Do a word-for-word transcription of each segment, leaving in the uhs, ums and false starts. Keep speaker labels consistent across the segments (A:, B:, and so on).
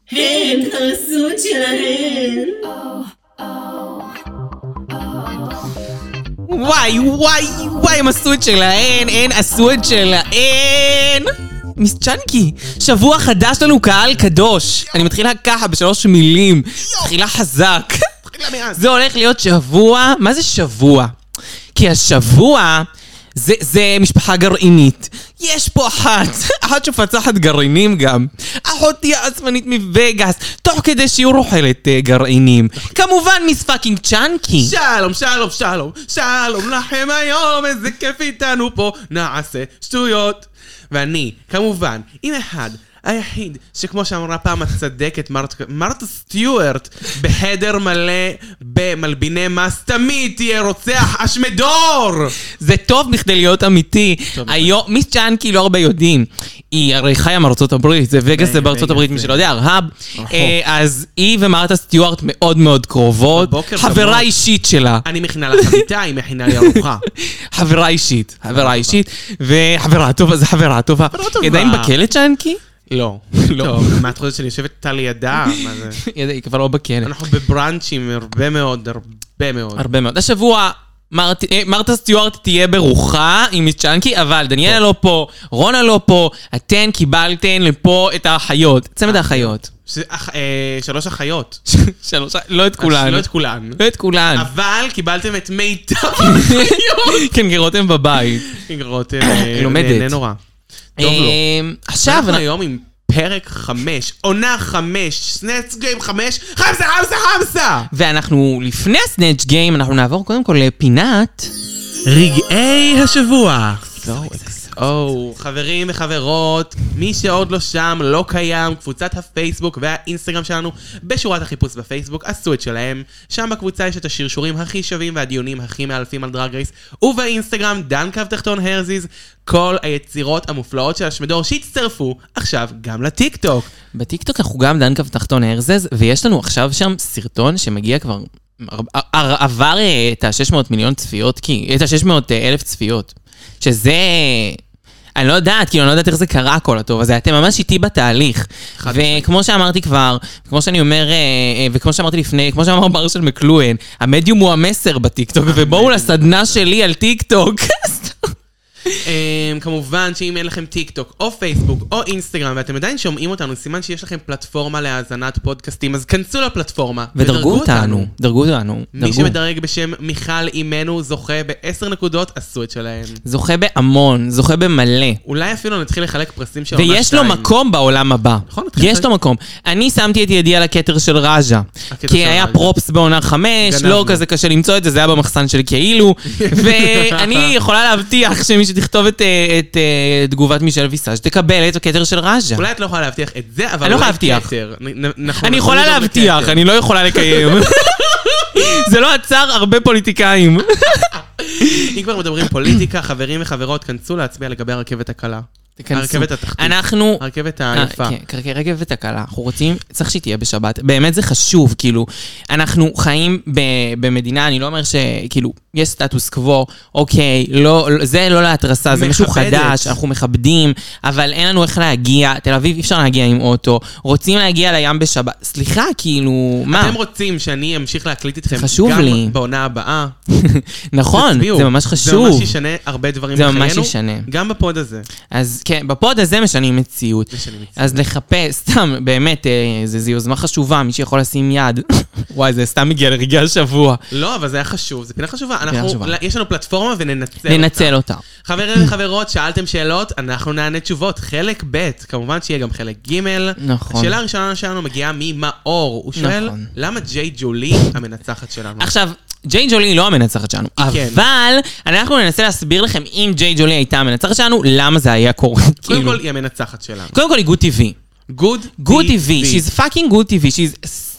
A: הן חסות שלהן.
B: וואי וואי וואי, הם עשו את שלהן, הן עשו את שלהן. מיס צ'אנקי, שבוע חדש לנו, קהל קדוש. אני מתחילה ככה בשלוש מילים, מתחילה חזק. זה הולך להיות שבוע, מה זה שבוע? כי השבוע זה, זה משפחה גרעינית. יש פה אחת, אחת שפצחת גרעינים גם. אחותי העצמנית מווגאס, תוך כדי שהיא רוחלת uh, גרעינים. כמובן מיס פאקינג צ'אנקי.
C: שלום, שלום, שלום, שלום לכם היום, איזה כיף איתנו פה, נעשה שטויות. ואני, כמובן, עם אחד, היחיד, שכמו שאמרה פעם הצדקת, מרתה סטיוארט, בחדר מלא במלביני מס, תמיד תהיה רוצח אשמדור!
B: זה טוב בכדי להיות אמיתי. היום, מיס צ'אנקי לא הרבה יודעים. היא הרי חיה מארצות הברית, זה וגאס זה בארצות הברית, מי שלא יודע, הרהב. אז היא ומרתה סטיוארט מאוד מאוד קרובות. חברה אישית שלה.
C: אני מכינה לה חביתה, היא מכינה לי ארוחה.
B: חברה אישית, חברה אישית. וחברה טובה, זה חברה טובה. עדיין בכלא צ'אנקי?
C: לא. טוב, מה את חושבת שאני יושבת איתה לידה?
B: היא כבר לא בכלא.
C: אנחנו בברנצ'ים הרבה מאוד, הרבה מאוד.
B: הרבה מאוד. השבוע מרתה סטיוארט תהיה ברוחה עם מיס צ'אנקי, אבל דניאלה לא פה, רונה לא פה, אתן קיבלתן לפה את האחיות. צמד האחיות.
C: שלוש אחיות.
B: שלוש, לא את כולן.
C: לא את כולן.
B: לא את כולן.
C: אבל קיבלתם את מיטב האחיות.
B: כן, גרותם בבית.
C: כן, גרותם.
B: לומדת.
C: נהנה נורא. טוב לו.
B: עכשיו
C: אנחנו היום עם פרק חמש, עונה חמש, סנאצ' גיים חמש, חמסה, חמסה, חמסה!
B: ואנחנו לפני הסנאצ' גיים, אנחנו נעבור קודם כל לפינת
C: רגעי השבוע. או, חברים וחברות, מי שעוד לא שם, לא קיים, קבוצת הפייסבוק והאינסטגרם שלנו בשורת החיפוש בפייסבוק, עשו את שלהם. שם בקבוצה יש את השרשורים הכי שווים והדיונים הכי מאלפים על דרג רייס, ובאינסטגרם דן קו תחתון הרזיז, כל היצירות המופלאות של השמדור שהצטרפו עכשיו גם לטיק טוק.
B: בטיק טוק אנחנו גם דן קו תחתון הרזיז, ויש לנו עכשיו שם סרטון שמגיע כבר, עבר את ה-שש מאות מיליון צפיות, את ה-שש מאות אלף צפיות, שזה... אני לא יודעת, כאילו, אני לא יודעת איך זה קרה כל הטוב הזה, אתם ממש איתי בתהליך. וכמו שאמרתי כבר, כמו שאני אומר, וכמו שאמרתי לפני, כמו שאמר מרשל מקלואן, המדיום הוא המסר בטיקטוק, ובואו לסדנה שלי על טיקטוק.
C: כמובן שאם אין לכם טיק טוק או פייסבוק או אינסטגרם ואתם עדיין שומעים אותנו, סימן שיש לכם פלטפורמה להאזנת פודקאסטים, אז כנסו לפלטפורמה
B: ודרגו אותנו, דרגו אותנו.
C: מי שמדרג בשם מיכל אימנו זוכה בעשר נקודות, עשו את שלהם.
B: זוכה בהמון, זוכה במלא.
C: אולי אפילו נתחיל לחלק פרסים של עונה
B: ויש לו מקום בעולם הבא. יש לו מקום. אני שמתי את ידי על הכתר של רג'ה, כי היה פרופס בעונה חמש, לא כזה קשה למצוא את זה, זה היה במחסן שלי כאילו, ואני יכולה להבטיח שמי שתכתוב את, את, את תגובת מישל ויסאז' תקבל את הכתר של רג'ה.
C: אולי את לא יכולה להבטיח את זה, אבל
B: אני לא יכולה להבטיח.
C: נכון,
B: אני יכולה להבטיח, אני לא יכולה לקיים. זה לא עצר הרבה פוליטיקאים.
C: אם כבר מדברים פוליטיקה, חברים וחברות, כנסו להצביע לגבי הרכבת הקלה. הרכבת התחתית.
B: אנחנו...
C: הרכבת היפה.
B: כן, הרכבת הקלה. אנחנו רוצים, צריך שהיא תהיה בשבת. באמת זה חשוב, כאילו. אנחנו חיים במדינה, אני לא אומר שכאילו, יש סטטוס קוו, אוקיי, זה לא להתרסה, זה משהו חדש, אנחנו מכבדים, אבל אין לנו איך להגיע, תל אביב אי אפשר להגיע עם אוטו, רוצים להגיע לים בשבת. סליחה, כאילו, מה?
C: אתם רוצים שאני אמשיך להקליט איתכם גם בעונה הבאה?
B: נכון, זה ממש חשוב.
C: זה ממש ישנה הרבה דברים בחיינו.
B: זה ממש ישנה.
C: גם בפוד הזה.
B: אז כן, בפוד הזה משנים מציאות. אז לחפש, סתם, באמת, זו יוזמה חשובה, מי שיכול לשים יד. וואי, זה סתם מגיע לרגע השבוע.
C: לא, אבל זה היה חשוב, זה פינה חשובה. יש לנו פלטפורמה וננצל אותה.
B: ננצל אותה.
C: חברים וחברות, שאלתם שאלות, אנחנו נענה תשובות. חלק ב', כמובן שיהיה גם חלק ג'.
B: נכון.
C: שאלה הראשונה שלנו מגיעה ממאור. הוא שואל, למה ג'יי ג'ולי המנצחת שלנו?
B: עכשיו, ג'יי ג'ולי לא המנצחת שלנו, אבל אנחנו ננסה להסביר לכם אם ג'יי ג'ולי הייתה המנצחת שלנו, למה זה היה קורה.
C: קודם כל היא המנצחת שלנו.
B: קודם כל היא גוד טי וי.
C: גוד
B: גוד טי וי, she's fucking good טי וי, she's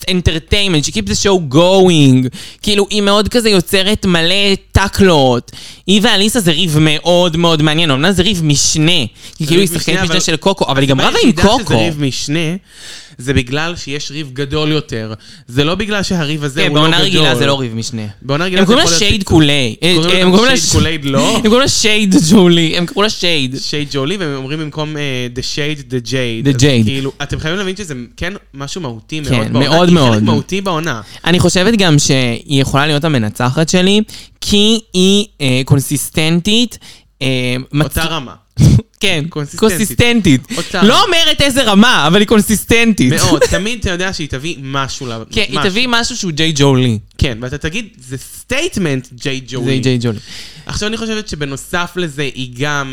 B: entertainment, she keeps the show going. כאילו, היא מאוד כזה יוצרת מלא טקלות. היא ואליסה זה ריב מאוד מאוד מעניין, אומנם זה ריב משנה. כי כאילו היא שחקנית משנה של קוקו, אבל היא גם רבה עם קוקו.
C: שזה ריב משנה, זה בגלל שיש ריב גדול יותר. זה לא בגלל שהריב הזה הוא לא גדול.
B: בעונה רגילה זה לא ריב משנה.
C: בעונה רגילה
B: הם קוראים לה שייד קולי.
C: הם קוראים לה שייד קולייד, לא?
B: הם קוראים לה שייד ג'ולי. הם קוראים לה שייד.
C: שייד ג'ולי, והם אומרים במקום the shade, the jade.
B: the jade.
C: כאילו, אתם חייבים להבין שזה כן משהו מהותי מאוד
B: כן,
C: בעונה.
B: מאוד מאוד.
C: היא חלק מהותי בעונה.
B: אני חושבת גם שהיא יכולה להיות המנצחת שלי, כי היא קונסיסטנטית.
C: אותה רמה.
B: כן, קונסיסטנטית. לא אומרת איזה רמה, אבל היא קונסיסטנטית.
C: מאוד, תמיד אתה יודע שהיא תביא משהו.
B: כן, היא תביא משהו שהוא ג'יי ג'ולי.
C: כן, ואתה תגיד, זה סטייטמנט ג'יי ג'ולי.
B: זה ג'יי ג'ולי.
C: עכשיו אני חושבת שבנוסף לזה היא גם,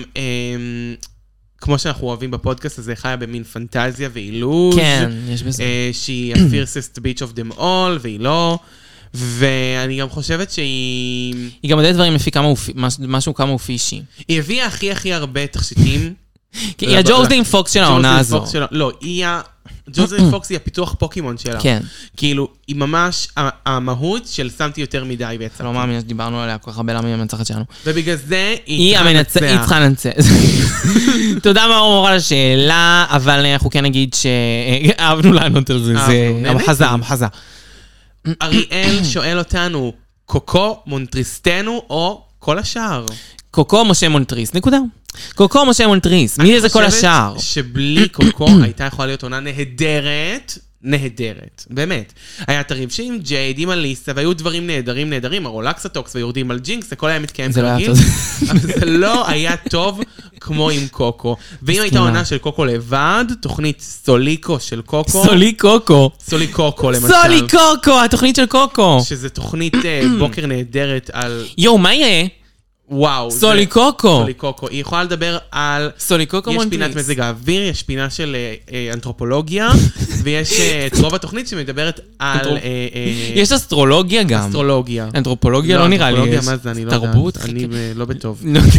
C: כמו שאנחנו אוהבים בפודקאסט הזה, חיה במין פנטזיה ואילוז'.
B: כן, יש בזה.
C: שהיא ה-fiercest bitch of them all, והיא לא. ואני גם חושבת שהיא...
B: היא גם יודעת דברים לפי כמה הוא, משהו כמה הוא פישי.
C: היא הביאה הכי הכי הרבה תכשיטים.
B: היא הג'וזלין פוקס של העונה הזו.
C: לא, היא ה... ג'וזלין פוקס היא הפיתוח פוקימון שלה.
B: כן.
C: כאילו, היא ממש המהות של שמתי יותר מדי בעצם.
B: לא מאמין שדיברנו עליה כל כך הרבה למה היא המנצחת שלנו.
C: ובגלל זה
B: היא צריכה לנצח. תודה מאור מור על השאלה, אבל אנחנו כן נגיד שאהבנו לענות על זה. זה המחזה, המחזה.
C: אריאל שואל אותנו, קוקו, מונטריסטנו או כל השאר?
B: קוקו, משה מונטריס, נקודה. קוקו, משה מונטריס, מי זה כל השאר?
C: אני חושבת שבלי קוקו הייתה יכולה להיות עונה נהדרת, נהדרת, באמת. היה תריב שעם ג'ייד, עם אליסה, והיו דברים נהדרים, נהדרים, הרולקסטוקס ויורדים על ג'ינקס, הכל היה מתקיים כרגיל. אבל זה לא היה טוב כמו עם קוקו. ואם הייתה עונה של קוקו לבד, תוכנית סוליקו של קוקו.
B: סולי קוקו.
C: סולי קוקו למשל.
B: סולי קוקו, התוכנית של קוקו.
C: שזה תוכנית בוקר נהדרת על...
B: יואו, מה יהיה?
C: וואו.
B: סולי קוקו.
C: סולי קוקו. היא יכולה לדבר על...
B: סולי קוקו מונטריס.
C: יש פינת מזג האוויר, יש פינה של אנתרופולוגיה, ויש את רוב התוכנית שמדברת על...
B: יש אסטרולוגיה גם.
C: אסטרולוגיה.
B: אנתרופולוגיה לא נראה לי.
C: אנתרופולוגיה, מה זה? אני לא יודעת.
B: תרבות.
C: אני לא בטוב.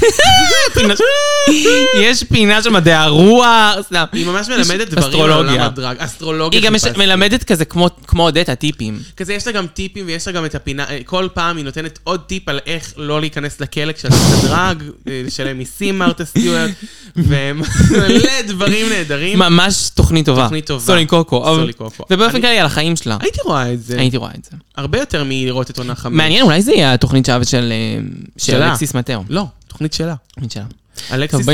B: יש פינה של מדעי הרוח.
C: היא ממש מלמדת דברים על עולם הדרג. אסטרולוגיה.
B: היא גם מלמדת כזה כמו עודת הטיפים.
C: כזה יש לה גם טיפים ויש לה גם את הפינה, כל פעם היא נותנת עוד טיפ על איך לא להיכנס לכלא כשאתה דרג, לשלם מיסים מארטסטיות, ומלא דברים נהדרים.
B: ממש תוכנית טובה.
C: תוכנית טובה.
B: סולי קוקו.
C: סולי קוקו.
B: ובאופן כללי על החיים שלה.
C: הייתי רואה את זה.
B: הייתי רואה את זה.
C: הרבה יותר מלראות את עונה חמש.
B: מעניין, אולי זה יהיה התוכנית שלה של אלכסיס מטאו.
C: לא, תוכנית שלה.
B: תוכנית שלה.
C: אלכסיס...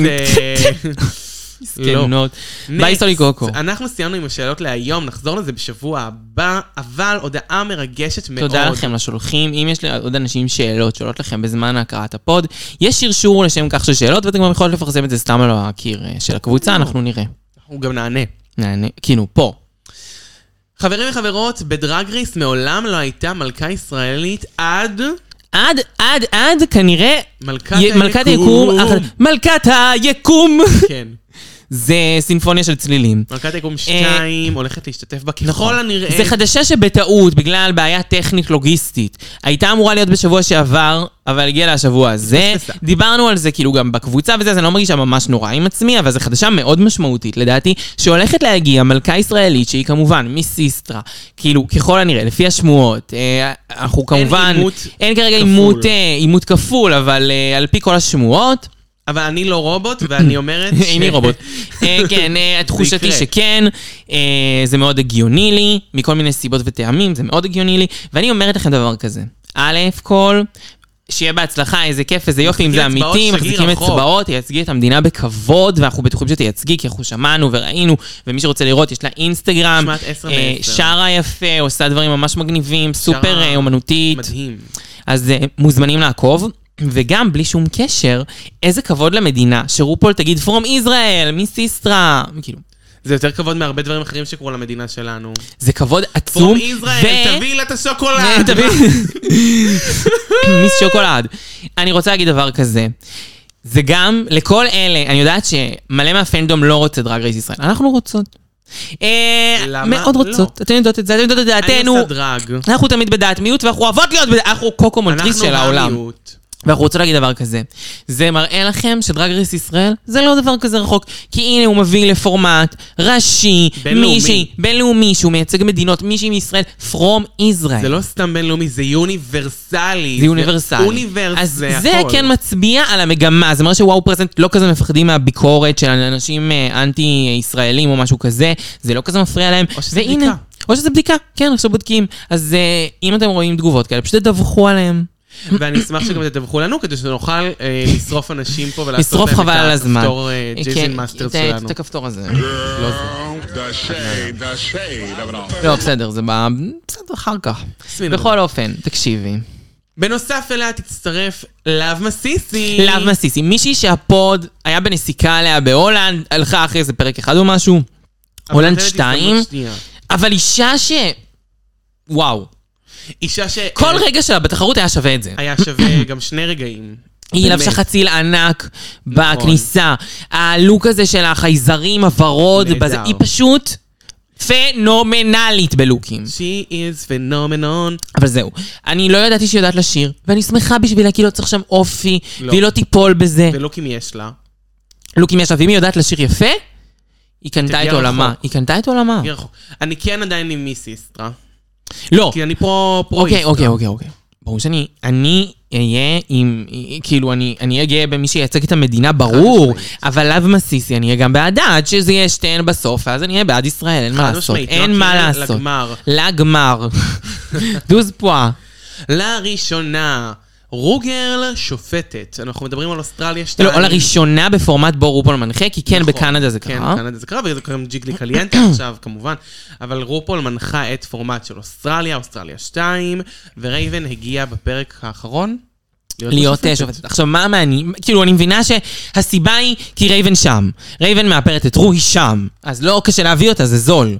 B: לא. ביי סולי קוקו.
C: אנחנו סיימנו עם השאלות להיום, נחזור לזה בשבוע הבא, אבל הודעה מרגשת מאוד.
B: תודה לכם לשולחים. אם יש עוד אנשים שאלות, שאלות לכם בזמן הקראת הפוד, יש שרשור לשם כך של שאלות, ואתם גם יכולים לפרסם את זה סתם על הקיר של הקבוצה, אנחנו נראה.
C: אנחנו גם נענה.
B: נענה, כאילו, פה.
C: חברים וחברות, בדרג רייס מעולם לא הייתה מלכה ישראלית עד...
B: עד, עד, עד, כנראה...
C: מלכת היקום.
B: מלכת היקום. מלכת היקום.
C: כן.
B: זה סינפוניה של צלילים.
C: מלכת היקום שתיים הולכת להשתתף בה ככל הנראה.
B: זה חדשה שבטעות, בגלל בעיה טכנית לוגיסטית. הייתה אמורה להיות בשבוע שעבר, אבל הגיעה לה השבוע הזה. דיברנו על זה כאילו גם בקבוצה וזה, אז אני לא מרגישה ממש נורא עם עצמי, אבל זו חדשה מאוד משמעותית, לדעתי, שהולכת להגיע מלכה ישראלית, שהיא כמובן מיסיסטרה, כאילו ככל הנראה, לפי השמועות. אנחנו כמובן... אין כרגע אימות כפול, אבל על פי כל השמועות,
C: אבל אני לא רובוט, ואני אומרת ש...
B: איני רובוט. כן, תחושתי שכן, זה מאוד הגיוני לי, מכל מיני סיבות וטעמים, זה מאוד הגיוני לי, ואני אומרת לכם דבר כזה. א' כל, שיהיה בהצלחה, איזה כיף, איזה יופי, אם זה אמיתי, מחזיקים אצבעות, תייצגי את המדינה בכבוד, ואנחנו בטוחים שתייצגי, כי אנחנו שמענו וראינו, ומי שרוצה לראות, יש לה אינסטגרם, שרה יפה, עושה דברים ממש מגניבים, סופר אומנותית.
C: מדהים.
B: אז מוזמנים לעקוב. וגם בלי שום קשר, איזה כבוד למדינה, שרופול תגיד From Israel, מיסיסטרה, כאילו.
C: זה יותר כבוד מהרבה דברים אחרים שקוראו למדינה שלנו.
B: זה כבוד עצום.
C: From Israel, תביא לה את השוקולד.
B: תביא. מיס שוקולד. אני רוצה להגיד דבר כזה. זה גם, לכל אלה, אני יודעת שמלא מהפנדום לא רוצה דרג רייס ישראל. אנחנו רוצות. מאוד רוצות, אתן יודעות את זה, אתן יודעות את דעתנו, אנחנו תמיד בדעת מיעוט, ואנחנו אוהבות להיות בדעת, אנחנו קוקו מונטריס של העולם. ואנחנו רוצים להגיד דבר כזה. זה מראה לכם שדרג רייס ישראל זה לא דבר כזה רחוק. כי הנה הוא מביא לפורמט ראשי,
C: בינלאומי.
B: מישהי, בינלאומי, שהוא מייצג מדינות, מישהי מישראל, from Israel.
C: זה לא סתם בינלאומי, זה יוניברסלי.
B: זה יוניברסלי.
C: אוניברס,
B: אז
C: זה
B: זה
C: הכל.
B: כן מצביע על המגמה. זה אומר שוואו פרזנט לא כזה מפחדים מהביקורת של אנשים אה, אנטי-ישראלים או משהו כזה. זה לא כזה מפריע להם.
C: או שזה
B: והנה,
C: בדיקה.
B: או שזה בדיקה. כן, עכשיו בודקים. אז אה, אם אתם רואים תגובות כאלה, פשוט תדווחו עליהם.
C: ואני אשמח שגם תדווחו לנו, כדי שנוכל אה, לשרוף אנשים פה ולעשות
B: לשרוף
C: להם
B: חבל על
C: את
B: הזמן.
C: הכפתור אה, ג'ייזן מאסטר
B: את-
C: שלנו.
B: את הכפתור הזה.
C: לא זה.
D: The shade, the shade of it all.
B: לא, בסדר, זה בא... בסדר, אחר כך.
C: סבינו.
B: בכל אופן, תקשיבי.
C: בנוסף אליה תצטרף לאב מסיסי.
B: לאב מסיסי, מישהי שהפוד היה בנסיקה עליה בהולנד, הלכה אחרי איזה פרק אחד או משהו,
C: אבל
B: הולנד
C: נותנת
B: שתיים,
C: הזדמנות שנייה.
B: אבל אישה ש... וואו.
C: אישה ש...
B: כל רגע שלה בתחרות היה שווה את זה.
C: היה שווה גם שני רגעים.
B: היא
C: באמת.
B: לבשה חציל ענק בכניסה. הלוק הזה של החייזרים, הוורוד,
C: נהדר.
B: בזה, היא פשוט פנומנלית בלוקים.
C: She is phenomenon.
B: אבל זהו, אני לא ידעתי שהיא יודעת לשיר, ואני שמחה בשבילה, כי לא צריך שם אופי,
C: לא.
B: והיא לא תיפול בזה.
C: ולוקים יש לה.
B: לוקים יש לה, ואם היא יודעת לשיר יפה, היא קנתה
C: תגיע
B: את עולמה.
C: רחוק.
B: היא קנתה את עולמה.
C: תגיע רחוק. אני כן עדיין עם מיסיסטרה.
B: לא.
C: כי אני פה
B: אוקיי,
C: פרויסטרה.
B: אוקיי, אוקיי, אוקיי. ברור שאני, אני אהיה עם, כאילו, אני אהיה גאה במי שייצג את המדינה, ברור,
C: משמעית.
B: אבל לאו מסיסי, אני אהיה גם בעד, עד שזה יהיה שתיהן בסוף, ואז אני אהיה בעד ישראל, אין מה
C: חד
B: לעשות.
C: משמעית,
B: אין
C: לא,
B: מה
C: כי
B: לעשות.
C: לגמר.
B: לגמר. דוז פואה.
C: לראשונה, רוגרל שופטת. אנחנו מדברים על אוסטרליה שתיים.
B: לא, לראשונה בפורמט בו רופול מנחה, כי כן,
C: נכון.
B: בקנדה זה
C: כן,
B: קרה.
C: בקנדה זה קרה, וזה קוראים ג'יגלי קליינטה עכשיו, כמובן. אבל רופול מנחה את פורמט של אוסטרליה, אוסטרליה שתיים, ורייבן הגיע בפרק האחרון.
B: להיות אה, שופטת. עכשיו, מה מעניין? כאילו, אני מבינה שהסיבה היא כי רייבן שם. רייבן מאפרת את רו, היא שם. אז לא קשה להביא אותה, זה זול.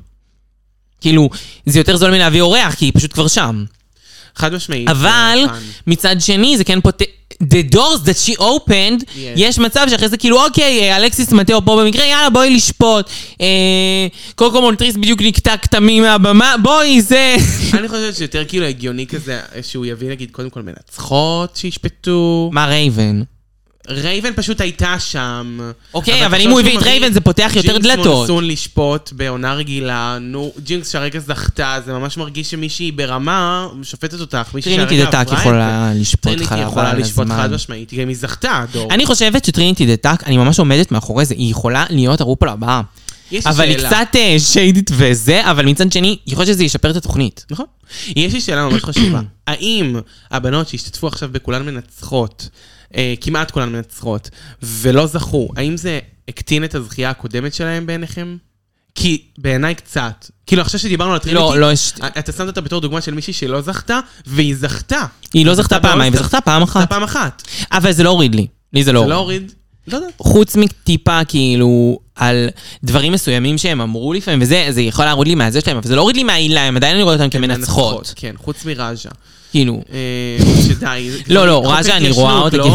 B: כאילו, זה יותר זול מלהביא אורח, כי היא פשוט כבר שם.
C: חד משמעית.
B: אבל,
C: זה כאן.
B: מצד שני, זה כן פות... The doors that she opened,
C: Yes.
B: יש מצב שאחרי זה כאילו, אוקיי, אלכסיס מטאו פה במקרה, יאללה, בואי לשפוט. אה, קוקו מונטריס בדיוק נקטע כתמים מהבמה, בואי, זה...
C: אני חושבת שיותר כאילו הגיוני כזה, שהוא יביא נגיד קודם כל מנצחות שישפטו.
B: מה רייבן?
C: רייבן פשוט הייתה שם.
B: אוקיי, אבל אם הוא הביא את רייבן זה פותח יותר דלתות.
C: ג'ינקס מונסון לשפוט בעונה רגילה, נו, ג'ינקס שהרגע זכתה, זה ממש מרגיש שמישהי ברמה, שופטת אותך, מישהי
B: טריניטי
C: שהרגע
B: דתק
C: עברה את
B: יכולה לשפוט
C: טריניטי
B: חלבה
C: יכולה
B: על
C: לשפוט
B: הזמן.
C: חד משמעית, גם היא זכתה, דור.
B: אני חושבת שטריניטי דתק, אני ממש עומדת מאחורי זה, היא יכולה להיות הרופול הבאה.
C: יש לי
B: אבל היא
C: שאלה.
B: קצת אה, שיידית וזה, אבל מצד שני, יכול להיות שזה ישפר את התוכנית.
C: נכון. יש לי שאלה ממש חשובה. האם הבנות שהשתתפו עכשיו בכולן מנצחות, אה, כמעט כולן מנצחות, ולא זכו, האם זה הקטין את הזכייה הקודמת שלהם בעיניכם? כי בעיניי קצת. כאילו עכשיו שדיברנו על טריניטי,
B: לא, לא יש...
C: אתה שמת אותה בתור דוגמה של מישהי שלא זכתה, והיא זכתה.
B: היא לא זכתה פעמיים,
C: באולסטר.
B: וזכתה פעם
C: זכתה
B: אחת.
C: פעם אחת.
B: אבל זה לא הוריד לי. לי זה לא
C: זה לא
B: הוריד.
C: הוריד? לא יודעת.
B: חוץ מטיפה, כאילו, על דברים מסוימים שהם אמרו לפעמים, וזה, זה יכול להוריד לי מהזה שלהם, אבל זה לא הוריד לי מהעילה, הם עדיין אני רואה אותם כמנצחות.
C: כן, חוץ מראז'ה.
B: כאילו...
C: אה, שדי.
B: לא, לא,
C: חוק
B: ראז'ה אני רואה אותה
C: התיישנות,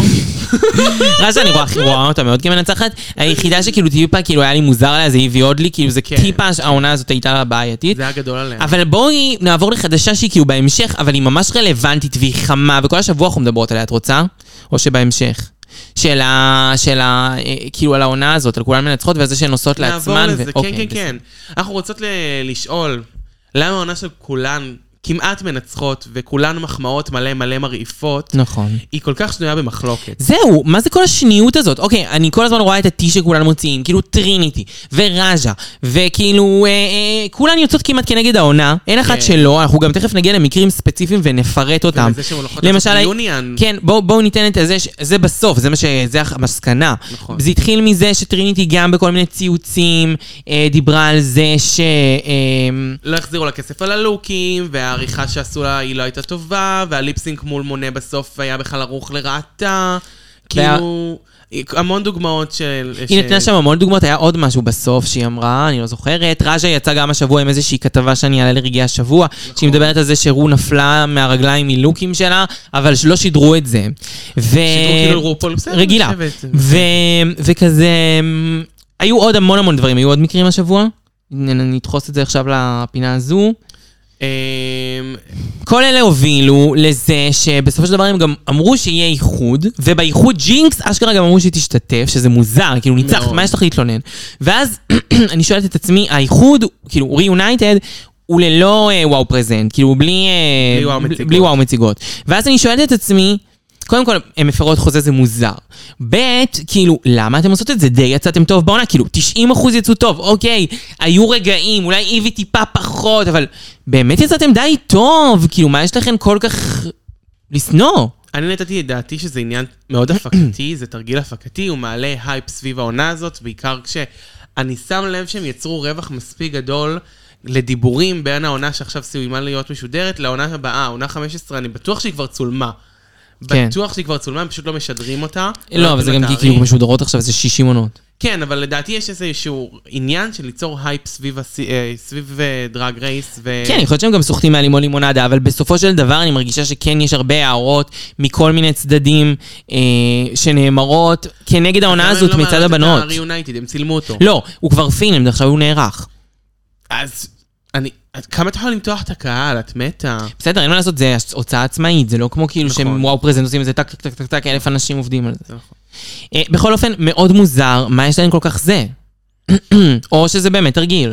C: לא?
B: ראז'ה אני רואה רואה אותה מאוד כמנצחת. היחידה שכאילו טיפה, כאילו היה לי מוזר עליה, זה הביא עוד לי, כאילו זה
C: כן.
B: טיפה, העונה הזאת הייתה לה בעייתית.
C: זה היה גדול עליה.
B: אבל בואי נעבור לחדשה שהיא כאילו בהמשך, אבל היא ממש רלוונטית והיא חמה, וכל השבוע אנחנו מדברות עליה, את רוצה? או שבהמשך? של ה... של ה... כאילו על העונה הזאת, על כולן מנצחות, וזה שהן עושות
C: נעבור
B: לעצמן.
C: לזה,
B: ו-
C: כן,
B: אוקיי,
C: כן,
B: בסדר.
C: כן. אנחנו רוצות ל- לשאול, למה העונה של כולן כמעט מנצחות, וכולן מחמאות מלא מלא מרעיפות,
B: נכון.
C: היא כל כך שנויה במחלוקת.
B: זהו, מה זה כל השניות הזאת? אוקיי, אני כל הזמן רואה את הטי שכולן מוציאים, כאילו טריניטי, וראז'ה, וכאילו, אה, אה, כולן יוצאות כמעט כנגד העונה, אין אחת
C: כן.
B: שלא, אנחנו גם תכף נגיע למקרים ספציפיים ונפרט אותם.
C: ולזה שהן הולכות לעשות ריוניון.
B: כן, בואו בוא ניתן את זה, ש- זה בסוף, זה מה ש... זה המסקנה.
C: נכון.
B: זה התחיל מזה שטריניטי גם בכל מיני ציוצים, אה, דיברה על זה ש... אה,
C: לא החזירו לה כסף על הלוקים, והעריכה שעשו לה היא לא הייתה טובה, והליפסינק מול מונה בסוף היה בכלל ערוך לרעתה. כאילו, המון דוגמאות של...
B: היא נתנה שם המון דוגמאות, היה עוד משהו בסוף שהיא אמרה, אני לא זוכרת. ראז'ה יצא גם השבוע עם איזושהי כתבה שאני אעלה לרגעי השבוע, שהיא מדברת על זה שרו נפלה מהרגליים מלוקים שלה, אבל לא שידרו את זה. ו...
C: שידרו כאילו רופול, בסדר,
B: רגילה.
C: לשבת.
B: ו... וכזה... היו עוד המון המון דברים, היו עוד מקרים השבוע. נ- נדחוס את זה עכשיו לפינה הזו. כל אלה הובילו לזה שבסופו של דבר הם גם אמרו שיהיה איחוד, ובאיחוד ג'ינקס אשכרה גם אמרו שהיא תשתתף, שזה מוזר, כאילו ניצח, מה יש לך להתלונן? ואז אני שואלת את עצמי, האיחוד, כאילו ריונייטד, הוא ללא וואו פרזנט, כאילו בלי בלי וואו מציגות. ואז אני שואלת את עצמי, קודם כל, הם מפרות חוזה, זה מוזר. ב', כאילו, למה אתם עושות את זה? די יצאתם טוב בעונה, כאילו, תשעים אחוז יצאו טוב, אוקיי, היו רגעים, אולי איבי טיפה פחות, אבל באמת יצאתם די טוב, כאילו, מה יש לכם כל כך לסנוע?
C: אני נתתי את דעתי שזה עניין מאוד הפקתי, זה תרגיל הפקתי, הוא מעלה הייפ סביב העונה הזאת, בעיקר כשאני שם לב שהם יצרו רווח מספיק גדול לדיבורים בין העונה שעכשיו סיימה להיות משודרת, לעונה הבאה, העונה חמש עשרה, אני בטוח שהיא כבר צולמה. בטוח שהיא כבר צולמה, הם פשוט לא משדרים אותה.
B: לא, אבל זה גם כאילו משודרות עכשיו, זה שישים עונות.
C: כן, אבל לדעתי יש איזשהו עניין של ליצור הייפ סביב דרג רייס.
B: כן, אני חושבת שהם גם סוחטים מהלימון לימונדה, אבל בסופו של דבר אני מרגישה שכן יש הרבה הערות מכל מיני צדדים שנאמרות כנגד העונה הזאת מצד הבנות.
C: הם צילמו אותו.
B: לא, הוא כבר פילם, עכשיו הוא נערך.
C: אז אני... כמה אתה יכול למתוח את הקהל? את מתה.
B: בסדר, אין מה לעשות, זה הוצאה עצמאית, זה לא כמו כאילו שהם וואו פרזנט עושים את זה, טק, טק, טק, טק, טק, אלף אנשים עובדים על זה. בכל אופן, מאוד מוזר, מה יש להם כל כך זה? או שזה באמת תרגיל.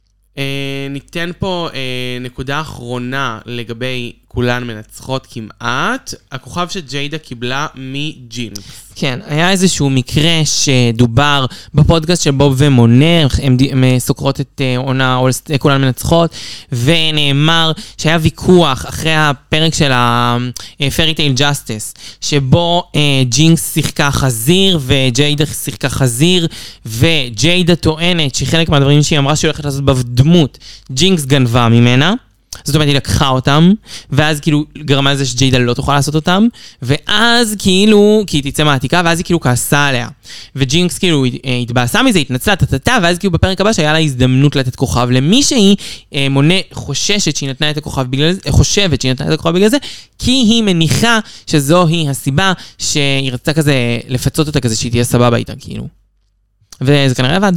C: ניתן פה נקודה אחרונה לגבי כולן מנצחות כמעט. הכוכב שג'יידה קיבלה מג'ינקס.
B: כן, היה איזשהו מקרה שדובר בפודקאסט של בוב ומונה, הם סוקרות את עונה כולן מנצחות, ונאמר שהיה ויכוח אחרי הפרק של ה-Fairy Tale Justice, שבו ג'ינקס שיחקה חזיר וג'יידה שיחקה חזיר, וג'יידה טוענת שחלק מהדברים שהיא אמרה שהיא הולכת לעשות בדמות, ג'ינקס גנבה ממנה, זאת אומרת, היא לקחה אותם, ואז כאילו גרמה לזה שג'יידה לא תוכל לעשות אותם, ואז כאילו, כי היא תצא מהעתיקה, ואז היא כאילו כעסה עליה. וג'ינקס כאילו התבאסה מזה, התנצלה, תתתה, ואז כאילו בפרק הבא שהיה לה הזדמנות לתת כוכב למישהי, מונה חוששת שהיא נתנה את הכוכב בגלל זה, חושבת שהיא נתנה את הכוכב בגלל זה, כי היא מניחה שזוהי הסיבה שהיא רצתה כזה לפצות אותה כזה שהיא תהיה סבבה איתה, כאילו. וזה כנראה עבד.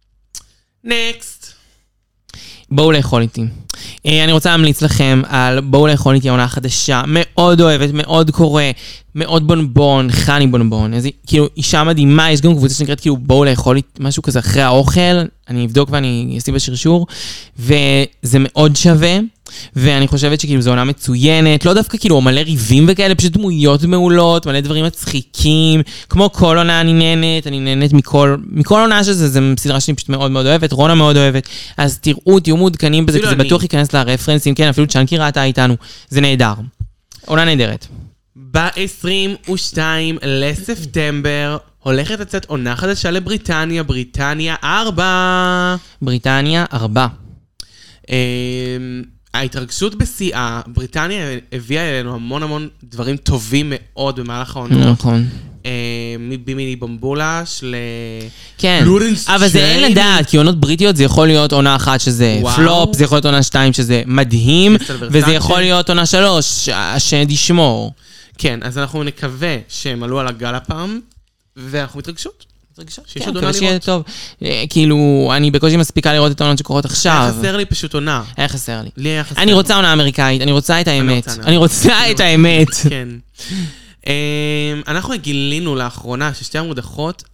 C: נקסט.
B: בואו לאכול איתי. אני רוצה להמליץ לכם על בואו לאכול איתי העונה החדשה, מאוד אוהבת, מאוד קורא, מאוד בונבון, חני בונבון, איזה, כאילו אישה מדהימה, יש גם קבוצה שנקראת כאילו בואו לאכול איתי, משהו כזה אחרי האוכל, אני אבדוק ואני אשים בשרשור, וזה מאוד שווה, ואני חושבת שכאילו זו עונה מצוינת, לא דווקא כאילו מלא ריבים וכאלה, פשוט דמויות מעולות, מלא דברים מצחיקים, כמו כל עונה אני נהנית, אני נהנית מכל, מכל עונה שזה, זו סדרה שאני פשוט מאוד מאוד אוהבת, רונה מאוד אוהבת, אז תראו, תהיו מעודכנים בזה, כי זה בטוח ייכנס לרפרנסים, כן, אפילו צ'אנקי ראתה איתנו, זה נהדר. עונה נהדרת.
C: ב-עשרים ושניים לספטמבר הולכת לצאת עונה חדשה לבריטניה, בריטניה ארבע.
B: בריטניה ארבע.
C: ההתרגשות בשיאה, בריטניה הביאה אלינו המון המון דברים טובים מאוד במהלך העונות.
B: נכון.
C: מבימיני במבולש ל...
B: כן, אבל זה אין לדעת, כי עונות בריטיות זה יכול להיות עונה אחת שזה פלופ, זה יכול להיות עונה שתיים שזה מדהים, וזה יכול להיות עונה שלוש, השד ישמור.
C: כן, אז אנחנו נקווה שהם עלו על הגל הפעם, ואנחנו מתרגשות.
B: שיש עוד עונה לראות. טוב. כאילו, אני בקושי מספיקה לראות את העונות שקורות עכשיו.
C: היה חסר לי פשוט עונה.
B: היה חסר לי.
C: לי היה חסר.
B: אני רוצה עונה אמריקאית, אני רוצה את האמת. אני רוצה את האמת.
C: כן. אנחנו גילינו לאחרונה ששתי המודחות,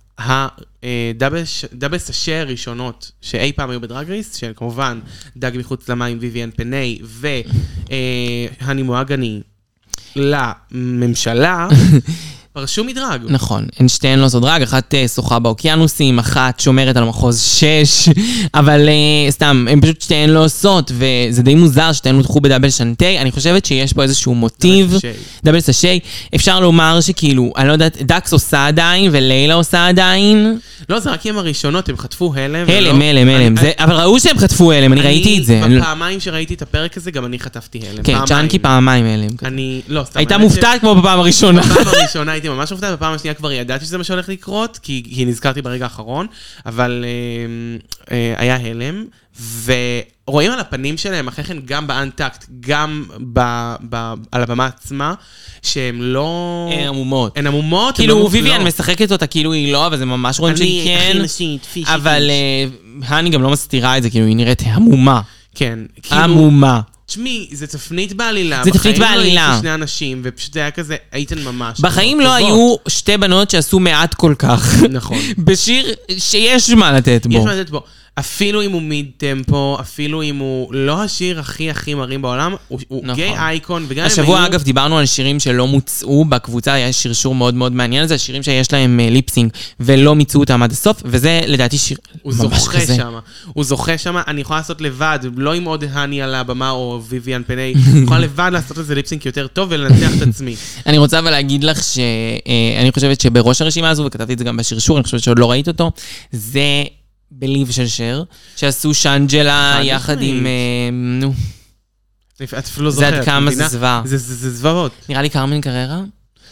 C: הדאבל סשי הראשונות שאי פעם היו בדרג רייס, של כמובן דג מחוץ למים ויויאן פני והני מואגני לממשלה, פרשו מדרג.
B: נכון, הן שתיהן לא עושות דרג, אחת שוחה באוקיינוסים, אחת שומרת על מחוז שש, אבל סתם, הן פשוט שתיהן לא עושות, וזה די מוזר שתיהן הודחו בדאבל שנטי, אני חושבת שיש פה איזשהו מוטיב, דאבל סשי, אפשר לומר שכאילו, אני לא יודעת, דקס עושה עדיין, ולילה עושה עדיין.
C: לא, זה רק עם הראשונות, הם חטפו הלם.
B: הלם, הלם, הלם, אבל ראו שהם חטפו הלם, אני ראיתי את זה.
C: בפעמיים שראיתי את הפרק הזה, גם אני חטפתי הלם.
B: כן, צ'אנקי פעמיים הלם.
C: אני, לא, סתם.
B: הייתה מופתעת כמו בפעם הראשונה.
C: בפעם הראשונה הייתי ממש מופתעת, בפעם השנייה כבר ידעתי שזה מה שהולך לקרות, כי, כי נזכרתי ברגע האחרון, אבל אה, אה, היה הלם, ורואים על הפנים שלהם, אחרי כן גם באנטקט, גם ב, ב, על הבמה עצמה, שהם לא...
B: הן עמומות.
C: הן עמומות.
B: כאילו ויויאן משחקת אותה כאילו היא לא, אבל זה ממש רואים שהיא כן, אבל אני גם לא מסתירה את זה, כאילו היא נראית עמומה.
C: כן.
B: עמומה.
C: תשמעי, זה תפנית בעלילה.
B: זה תפנית בעלילה.
C: בחיים לא הייתי שני אנשים, ופשוט היה כזה, הייתן ממש.
B: בחיים לא היו שתי בנות שעשו מעט כל כך.
C: נכון.
B: בשיר שיש מה לתת בו.
C: יש מה לתת בו. אפילו אם הוא מיד טמפו, אפילו אם הוא לא השיר הכי הכי מרים בעולם, הוא, הוא
B: נכון.
C: גיי אייקון, וגם
B: השבוע
C: היו...
B: אגב דיברנו על שירים שלא מוצאו בקבוצה, היה שרשור מאוד מאוד מעניין, זה השירים שיש להם uh, ליפסינג ולא מיצאו אותם עד הסוף, וזה לדעתי שיר
C: הוא
B: ממש
C: זוכה
B: כזה.
C: שם, הוא זוכה שם, אני יכולה לעשות לבד, לא עם עוד הני על הבמה או ויויאן פני, אני יכולה לבד לעשות לזה ליפסינג יותר טוב ולנצח את עצמי.
B: אני רוצה אבל להגיד לך שאני חושבת שבראש הרשימה הזו, וכתבתי את זה גם בשרשור, אני חושבת שעוד לא ראית אותו, זה בליב של שר, שעשו שאנג'לה יחד עם... נו.
C: את אפילו לא
B: זה
C: זוכרת.
B: עד כמה זה זווה.
C: זה זוועות.
B: נראה לי קרמן קררה?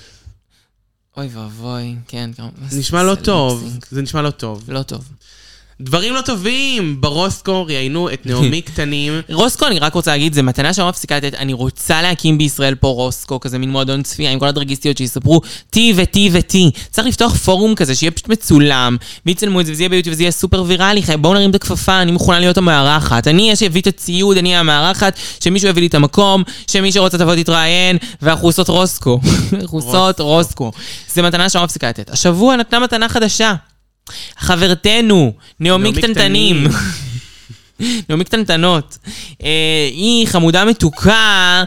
B: אוי ואבוי, כן.
C: זה נשמע לא טוב. זה נשמע לא טוב.
B: לא טוב.
C: דברים לא טובים! ברוסקו ראיינו את נעמי קטנים.
B: רוסקו, אני רק רוצה להגיד, זה מתנה שאני מפסיקה לתת, אני רוצה להקים בישראל פה רוסקו, כזה מין מועדון צפייה, עם כל הדרגיסטיות שיספרו טי וטי וטי. צריך לפתוח פורום כזה, שיהיה פשוט מצולם, ויצלמו את זה, וזה יהיה ביוטיוב, וזה יהיה סופר ויראלי, בואו נרים את הכפפה, אני מוכנה להיות המארחת. אני יש אביא את הציוד, אני המארחת, שמישהו יביא לי את המקום, שמי שרוצה תבוא תתראיין, ואנחנו עושות רוסקו. אנחנו עושות רוסקו. זה מתנה שאני מפסיקה לתת. השבוע נתנה מתנה חדשה. חברתנו, נעמי קטנטנים. נעמי קטנטנות. היא חמודה מתוקה.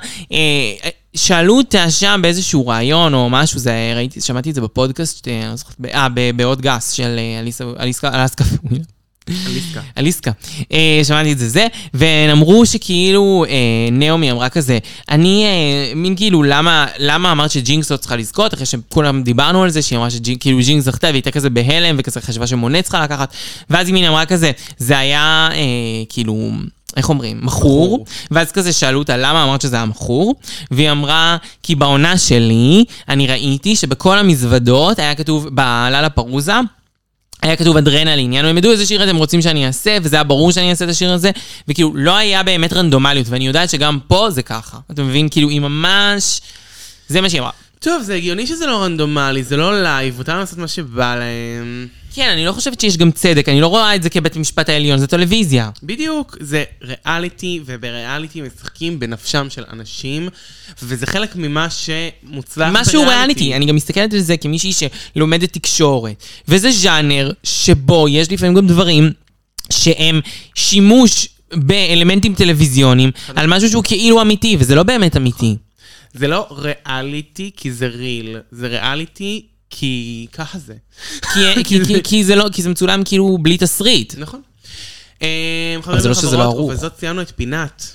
B: שאלו אותה שם באיזשהו רעיון או משהו, זה, ראיתי, שמעתי את זה בפודקאסט, אה, בעוד גס של אליסקה, אלסקה.
C: אליסקה.
B: אליסקה. שמעתי את זה זה, והם אמרו שכאילו נעמי אמרה כזה, אני מין כאילו, למה אמרת שג'ינקס לא צריכה לזכות, אחרי שכולם דיברנו על זה, שהיא אמרה שכאילו ג'ינקס זכתה, והיא הייתה כזה בהלם, וכזה חשבה שמונה צריכה לקחת, ואז היא מין אמרה כזה, זה היה כאילו... איך אומרים? מחור. ואז כזה שאלו אותה למה אמרת שזה היה מחור, והיא אמרה, כי בעונה שלי, אני ראיתי שבכל המזוודות היה כתוב, בעלה לפרוזה, היה כתוב אדרנלין, יענו, הם ידעו איזה שיר אתם רוצים שאני אעשה, וזה היה ברור שאני אעשה את השיר הזה, וכאילו לא היה באמת רנדומליות, ואני יודעת שגם פה זה ככה. אתה מבין? כאילו היא ממש... זה מה שהיא אמרה.
C: טוב, זה הגיוני שזה לא רנדומלי, זה לא לייב, אותם לעשות מה שבא להם.
B: כן, אני לא חושבת שיש גם צדק, אני לא רואה את זה כבית המשפט העליון, זה טלוויזיה.
C: בדיוק, זה ריאליטי, ובריאליטי משחקים בנפשם של אנשים, וזה חלק ממה שמוצלח בריאליטי.
B: משהו ריאליטי, אני גם מסתכלת על זה כמישהי שלומדת תקשורת, וזה ז'אנר שבו יש לפעמים גם דברים שהם שימוש באלמנטים טלוויזיוניים, על משהו שהוא כאילו אמיתי, וזה לא באמת אמיתי.
C: זה לא ריאליטי כי זה ריל, זה ריאליטי כי ככה זה.
B: כי, כי, כי, כי, זה לא, כי זה מצולם כאילו בלי תסריט.
C: נכון.
B: אבל זה לא שזה לא ערוך.
C: ובזאת ציינו את פינת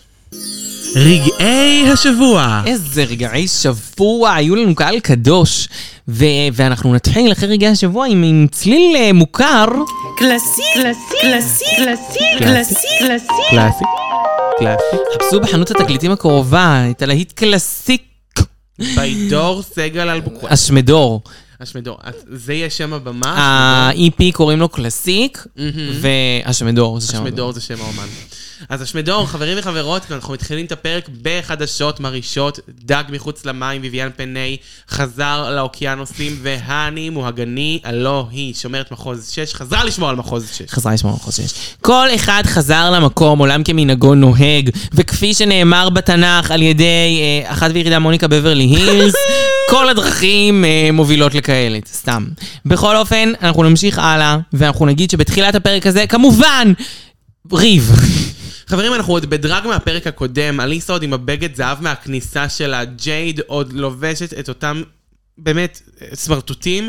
C: רגעי השבוע.
B: איזה רגעי שבוע, היו לנו קהל קדוש. ו- ואנחנו נתחיל אחרי רגעי השבוע עם, עם צליל מוכר.
A: קלאסי, קלאסי, קלאסי, קלאסי, קלאסי, קלאסי.
C: קלאסי. קלאסי.
B: חפשו בחנות התקליטים הקרובה, את הלהיט קלאסיק.
C: בידור סגל אלבוקרן.
B: אשמדור.
C: אשמדור. זה יהיה שם הבמה?
B: ה-אי פי קוראים לו קלאסיק, ואשמדור זה שם.
C: אשמדור זה שם האומן. אז אשמדור, חברים וחברות, אנחנו מתחילים את הפרק בחדשות מרישות, דג מחוץ למים, ויויאן פני חזר לאוקיינוסים, והני מוהגני, הלא היא שומרת מחוז שש, חזרה לשמור על מחוז שש.
B: חזרה לשמור על מחוז שש. כל אחד חזר למקום, עולם כמנהגו נוהג, וכפי שנאמר בתנ"ך על ידי אה, אחת וירידה מוניקה בברלי הילס, כל הדרכים אה, מובילות לכאלת, סתם. בכל אופן, אנחנו נמשיך הלאה, ואנחנו נגיד שבתחילת הפרק הזה, כמובן, ריב.
C: חברים, אנחנו עוד בדרג מהפרק הקודם, אליסה עוד עם הבגד זהב מהכניסה שלה, ג'ייד עוד לובשת את אותם, באמת, סמרטוטים.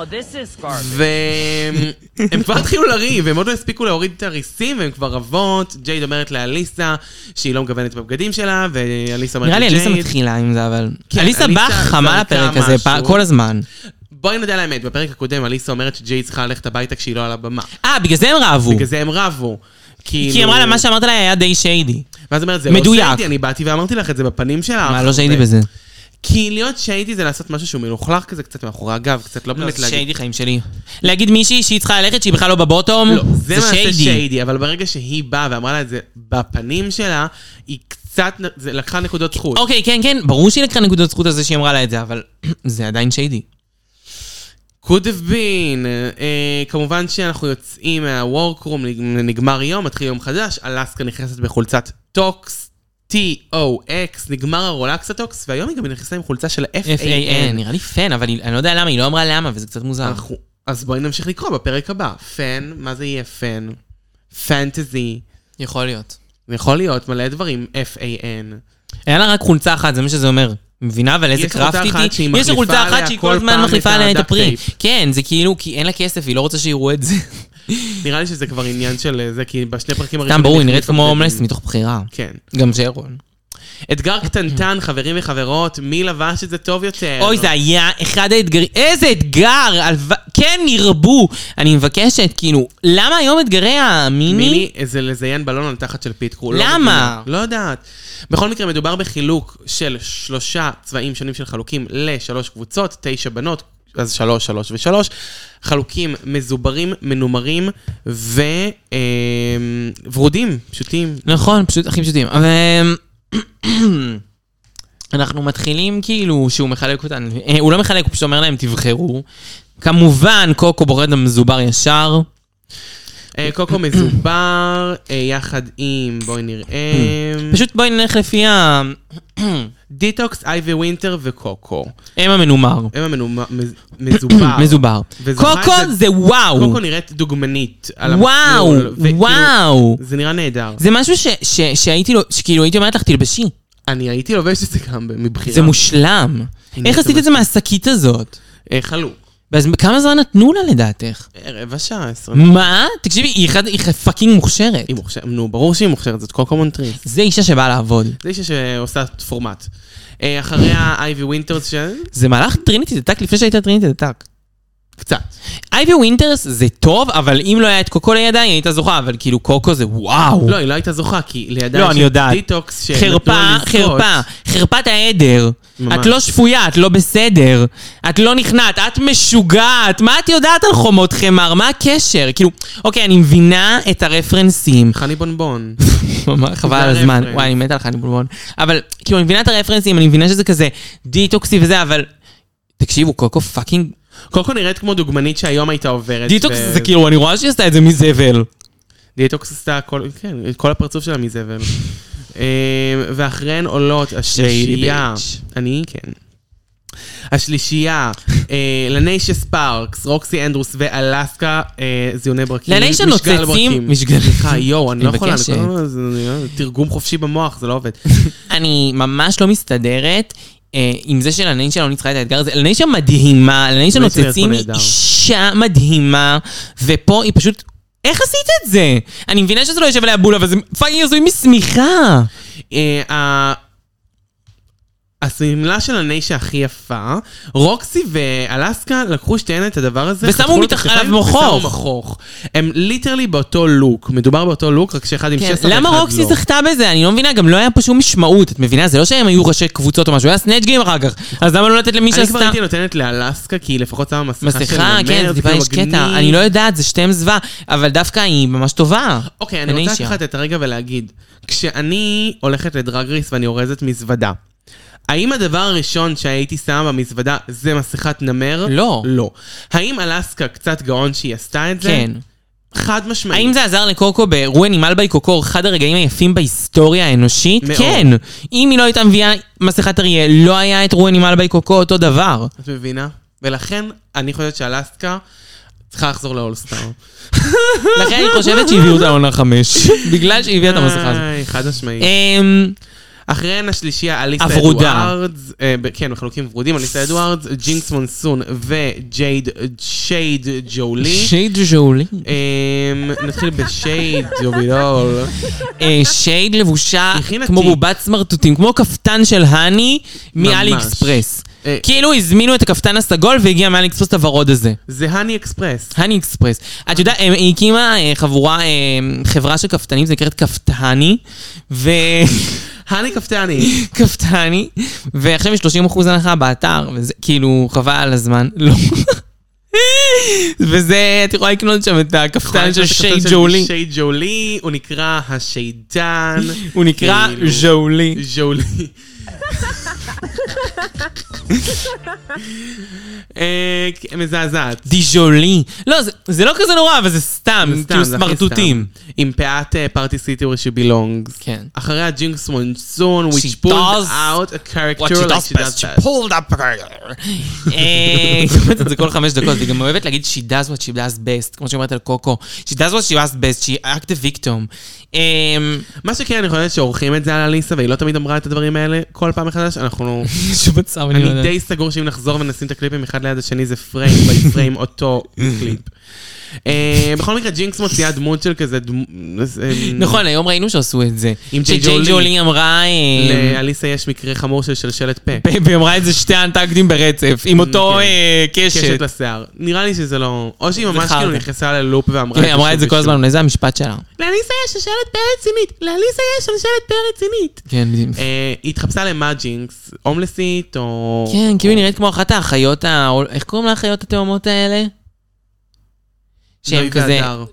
C: והם כבר התחילו לריב, הם עוד לא הספיקו להוריד את הריסים, והם כבר רבות. ג'ייד אומרת לאליסה שהיא לא מגוונת בבגדים שלה, ואליסה אומרת לג'ייד.
B: נראה לי אליסה מתחילה עם זה, אבל... אליסה באה חמה לפרק הזה, כל הזמן.
C: בואי נדע לאמת, בפרק הקודם אליסה אומרת שג'ייד צריכה ללכת הביתה כשהיא לא על הבמה.
B: אה, בגלל זה הם רבו.
C: בגלל זה הם רבו.
B: כי היא אמרה לה, מה שאמרת לה היה די שיידי.
C: ואז אומרת, זה לא שיידי, אני באתי ואמרתי לך את זה בפנים שלך.
B: מה לא שיידי בזה?
C: כי להיות שיידי זה לעשות משהו שהוא מלוכלך כזה, קצת מאחורי הגב, קצת לא באמת להגיד.
B: שיידי חיים שלי. להגיד מישהי שהיא צריכה ללכת, שהיא בכלל לא בבוטום,
C: לא, זה מעשה שיידי, אבל ברגע שהיא באה ואמרה לה את זה בפנים שלה, היא קצת לקחה נקודות זכות.
B: אוקיי, כן, כן, ברור שהיא לקחה נקודות זכות על זה שהיא אמרה לה את זה, אבל זה עדיין שיידי.
C: could have been. uh, כמובן שאנחנו יוצאים מהוורקרום, נגמר יום, מתחיל יום חדש, אלסקה נכנסת בחולצת טוקס, טי או אקס, נגמר הרולקסטוקס, והיום היא גם נכנסה עם חולצה של אף
B: אף איי
C: איי
B: אן,
C: אן.
B: נראה לי פן, אבל אני לא יודע למה, היא לא אמרה למה, וזה קצת מוזר.
C: אז בואי נמשיך לקרוא בפרק הבא. פן, מה זה יהיה פן? פנטזי.
B: יכול להיות.
C: יכול להיות מלא דברים, אף איי אן.
B: היה לה רק חולצה אחת, זה מה שזה אומר. מבינה, אבל איזה קרפטיתי. יש לה חולצה אחת שהיא כל הזמן מחליפה עליה את הפרי. כן, זה כאילו, כי אין לה כסף, היא לא רוצה שיראו את זה.
C: נראה לי שזה כבר עניין של זה, כי בשני פרקים הראשונים...
B: סתם ברור, היא נראית כמו הומלס מתוך בחירה.
C: כן.
B: גם שרון.
C: אתגר קטנטן, חברים וחברות, מי לבש את זה טוב יותר?
B: אוי, זה היה אחד האתגרים, איזה אתגר! כן, נרבו. אני מבקשת, כאילו, למה היום אתגרי המיני?
C: מיני זה לזיין בלון על תחת של פיטקרו.
B: למה?
C: לא יודעת. בכל מקרה, מדובר בחילוק של שלושה צבעים שונים של חלוקים לשלוש קבוצות, תשע בנות, אז שלוש, שלוש ושלוש. חלוקים מזוברים, מנומרים ורודים, פשוטים.
B: נכון, פשוט הכי פשוטים. אבל... אנחנו מתחילים כאילו שהוא מחלק אותנו, הוא לא מחלק, הוא פשוט אומר להם תבחרו. כמובן, קוקו בורד המזובר ישר.
C: קוקו מזובר, יחד עם, בואי נראה...
B: פשוט בואי נלך לפי ה...
C: דיטוקס, אייבי ווינטר וקוקו.
B: הם המנומר.
C: הם המנומר, מזובר.
B: מזובר. קוקו זה וואו.
C: קוקו נראית דוגמנית.
B: וואו, וואו.
C: זה נראה נהדר.
B: זה משהו שהייתי, שכאילו הייתי אומרת לך תלבשי.
C: אני הייתי לובש את זה גם מבחירה.
B: זה מושלם. איך עשית את זה מהשקית הזאת?
C: חלוק.
B: אז כמה זמן נתנו לה לדעתך?
C: רבע שעה, עשרה.
B: מה? תקשיבי, היא פאקינג מוכשרת.
C: היא מוכשרת, נו, ברור שהיא מוכשרת, זאת קוקו מונטריס.
B: זה אישה שבאה לעבוד.
C: זה אישה שעושה פורמט. אחריה אייבי ווינטרס של...
B: זה מהלך טריניטי דטק לפני שהייתה טריניטי דטק.
C: קצת.
B: אייבי ווינטרס זה טוב, אבל אם לא היה את קוקו לידה, היא הייתה זוכה, אבל כאילו קוקו זה וואו.
C: לא, היא לא הייתה זוכה, כי לידה
B: לא, אני יודעת.
C: דיטוקס
B: חרפה, חרפה, חרפת העדר. את לא שפויה, את לא בסדר. את לא נכנעת, את משוגעת. מה את יודעת על חומות חמר? מה הקשר? כאילו, אוקיי, אני מבינה את הרפרנסים.
C: חני בונבון.
B: חבל על הזמן. וואי, אני מתה על חני בונבון. אבל, כאילו, אני מבינה את הרפרנסים, אני מבינה שזה כזה דיטוקסי וזה, אבל תקשיבו, קוקו פאקינג
C: קוקו נראית כמו דוגמנית שהיום הייתה עוברת.
B: דיטוקס זה כאילו, אני רואה שהיא עשתה את זה מזבל.
C: דיטוקס עשתה כל הפרצוף שלה מזבל. ואחריהן עולות השלישייה. אני, כן. השלישייה, לניישה ספארקס, רוקסי אנדרוס ואלסקה, זיוני ברקים.
B: לניישה נוצצים.
C: סליחה, יו, אני לא יכולה. תרגום חופשי במוח, זה לא עובד.
B: אני ממש לא מסתדרת. עם זה שלניישה לא ניצחה את האתגר הזה, לניישה מדהימה, לניישה נוצצים היא אישה מדהימה, ופה היא פשוט, איך עשית את זה? אני מבינה שזה לא יושב עליה בול, אבל זה פאקינג עשוי מסמיכה. הסמלה של הניישה הכי יפה, רוקסי ואלסקה לקחו שתיהן את הדבר הזה, ושמו מתחת עליו מוכוך.
C: הם ליטרלי באותו לוק, מדובר באותו לוק, רק שאחד עם שסר ואחד לא.
B: למה רוקסי זכתה בזה? אני לא מבינה, גם לא היה פה שום משמעות, את מבינה? זה לא שהם היו ראשי קבוצות או משהו, היה סנאצ' גיים אחר כך, אז למה לא לתת למי שעשתה?
C: אני כבר הייתי נותנת לאלסקה, כי היא לפחות שמה מסכה של
B: מסכה, כן, זה טיפה יש קטע, אני לא יודעת, זה שתיהם זווה, אבל דווקא היא ממש טובה.
C: אוקיי, אני רוצה לקחת את הרגע ולהגיד, כשאני הולכת לדרג רייס ואני אורזת מזוודה, האם הדבר הראשון שהייתי שמה במזוודה זה מסכת נמר?
B: לא.
C: לא. האם אלסקה קצת גאון שהיא עשתה את זה?
B: כן.
C: חד משמעית.
B: האם זה עזר לקוקו ברואן עם אלבי קוקור, אחד הרגעים היפים בהיסטוריה האנושית?
C: מאוד.
B: כן. אם היא לא הייתה מביאה מסכת אריה, לא היה את רואן עם אלבי קוקור אותו דבר.
C: את מבינה? ולכן אני חושבת שאלסקה צריכה לחזור לאולסטאר.
B: לכן אני חושבת שהביאו אותה לעונה חמש. בגלל שהיא הביאה את המסכה הזאת.
C: חד משמעית.
B: אמ...
C: אחריהן השלישייה, אליסה
B: הוורודה.
C: אדוארדס, אה, כן, בחלוקים ורודים, אליסה אדוארדס, ג'ינקס מונסון וג'ייד, שייד ג'ולי.
B: שייד ג'ולי.
C: אה, נתחיל בשייד ג'ובידול.
B: אה, שייד לבושה
C: הכינה
B: כמו
C: תיק.
B: בובת סמרטוטים, כמו כפתן של הני מאלי
C: ממש.
B: אקספרס.
C: אה.
B: כאילו הזמינו את הכפתן הסגול והגיע מאלי אקספרס את הוורוד הזה.
C: זה הני אקספרס.
B: הני אקספרס. את יודעת, היא הקימה אה, חבורה, אה, חברה של כפתנים, זה נקראת כפתני, ו...
C: הני כפתני.
B: כפתני, ועכשיו יש שלושים אחוז הנחה באתר, וזה כאילו חבל על הזמן, לא. וזה, את יכולה לקנות שם את הכפתן של שייד ג'ולי.
C: שייד ג'ולי, הוא נקרא השיידן.
B: הוא נקרא ז'ולי.
C: ז'ולי. אה, מזעזעת.
B: דיז'ולי. לא, זה- זה לא כזה נורא, אבל זה סתם, זה כאילו
C: זה הכי
B: סמרטוטים.
C: סתם. עם פאת פארטי סיטי where she belongs.
B: כן.
C: אחריה ג'ינקס מונסון, which
B: She
C: pulled
B: does
C: out a character
B: What she
C: like
B: does
C: she does
B: best, she
C: best.
B: pulled up her. אה, היא אומרת את זה כל חמש דקות, והיא גם אוהבת להגיד she does what she does best, כמו שהיא אומרת על קוקו. She does what she does best, she act the victim. אה,
C: מה שכן, אני חושבת שעורכים את זה על אליסה, והיא לא תמיד אמרה את הדברים האלה כל פעם מחדש, אנחנו...
B: שום מצב, אני לא
C: אני
B: יודעת.
C: די סגור שאם נחזור ונשים את הקליפים אחד ליד השני, זה פריים בי פריים אותו קליפ. אה, בכל מקרה, ג'ינקס מוציאה דמות של כזה... דמ- אה,
B: נכון, היום ראינו שעשו את זה.
C: עם ג'יי
B: שג'יי
C: ג'ולי.
B: ג'ולי אמרה... אה,
C: לאליסה יש מקרה חמור של שלשלת פה.
B: והיא אמרה את זה שתי אנטקטים ברצף, עם אותו אה, קשת.
C: קשת לשיער. נראה לי שזה לא... או שהיא ממש
B: חרטא.
C: כאילו נכנסה ללופ ואמרה
B: כן, היא אמרה את זה כל הזמן, אולי זה המשפט שלה.
C: לאליסה יש שלשלת פה רצינית! לאליסה יש שלשלת פה רצינית!
B: כן,
C: אה, היא התחפשה למה ג'ינקס? הומלסית או...
B: כן, כאילו היא נראית כמו אחת האחיות ה... איך קוראים לאחיות התאומות האלה?
C: נוי והדר.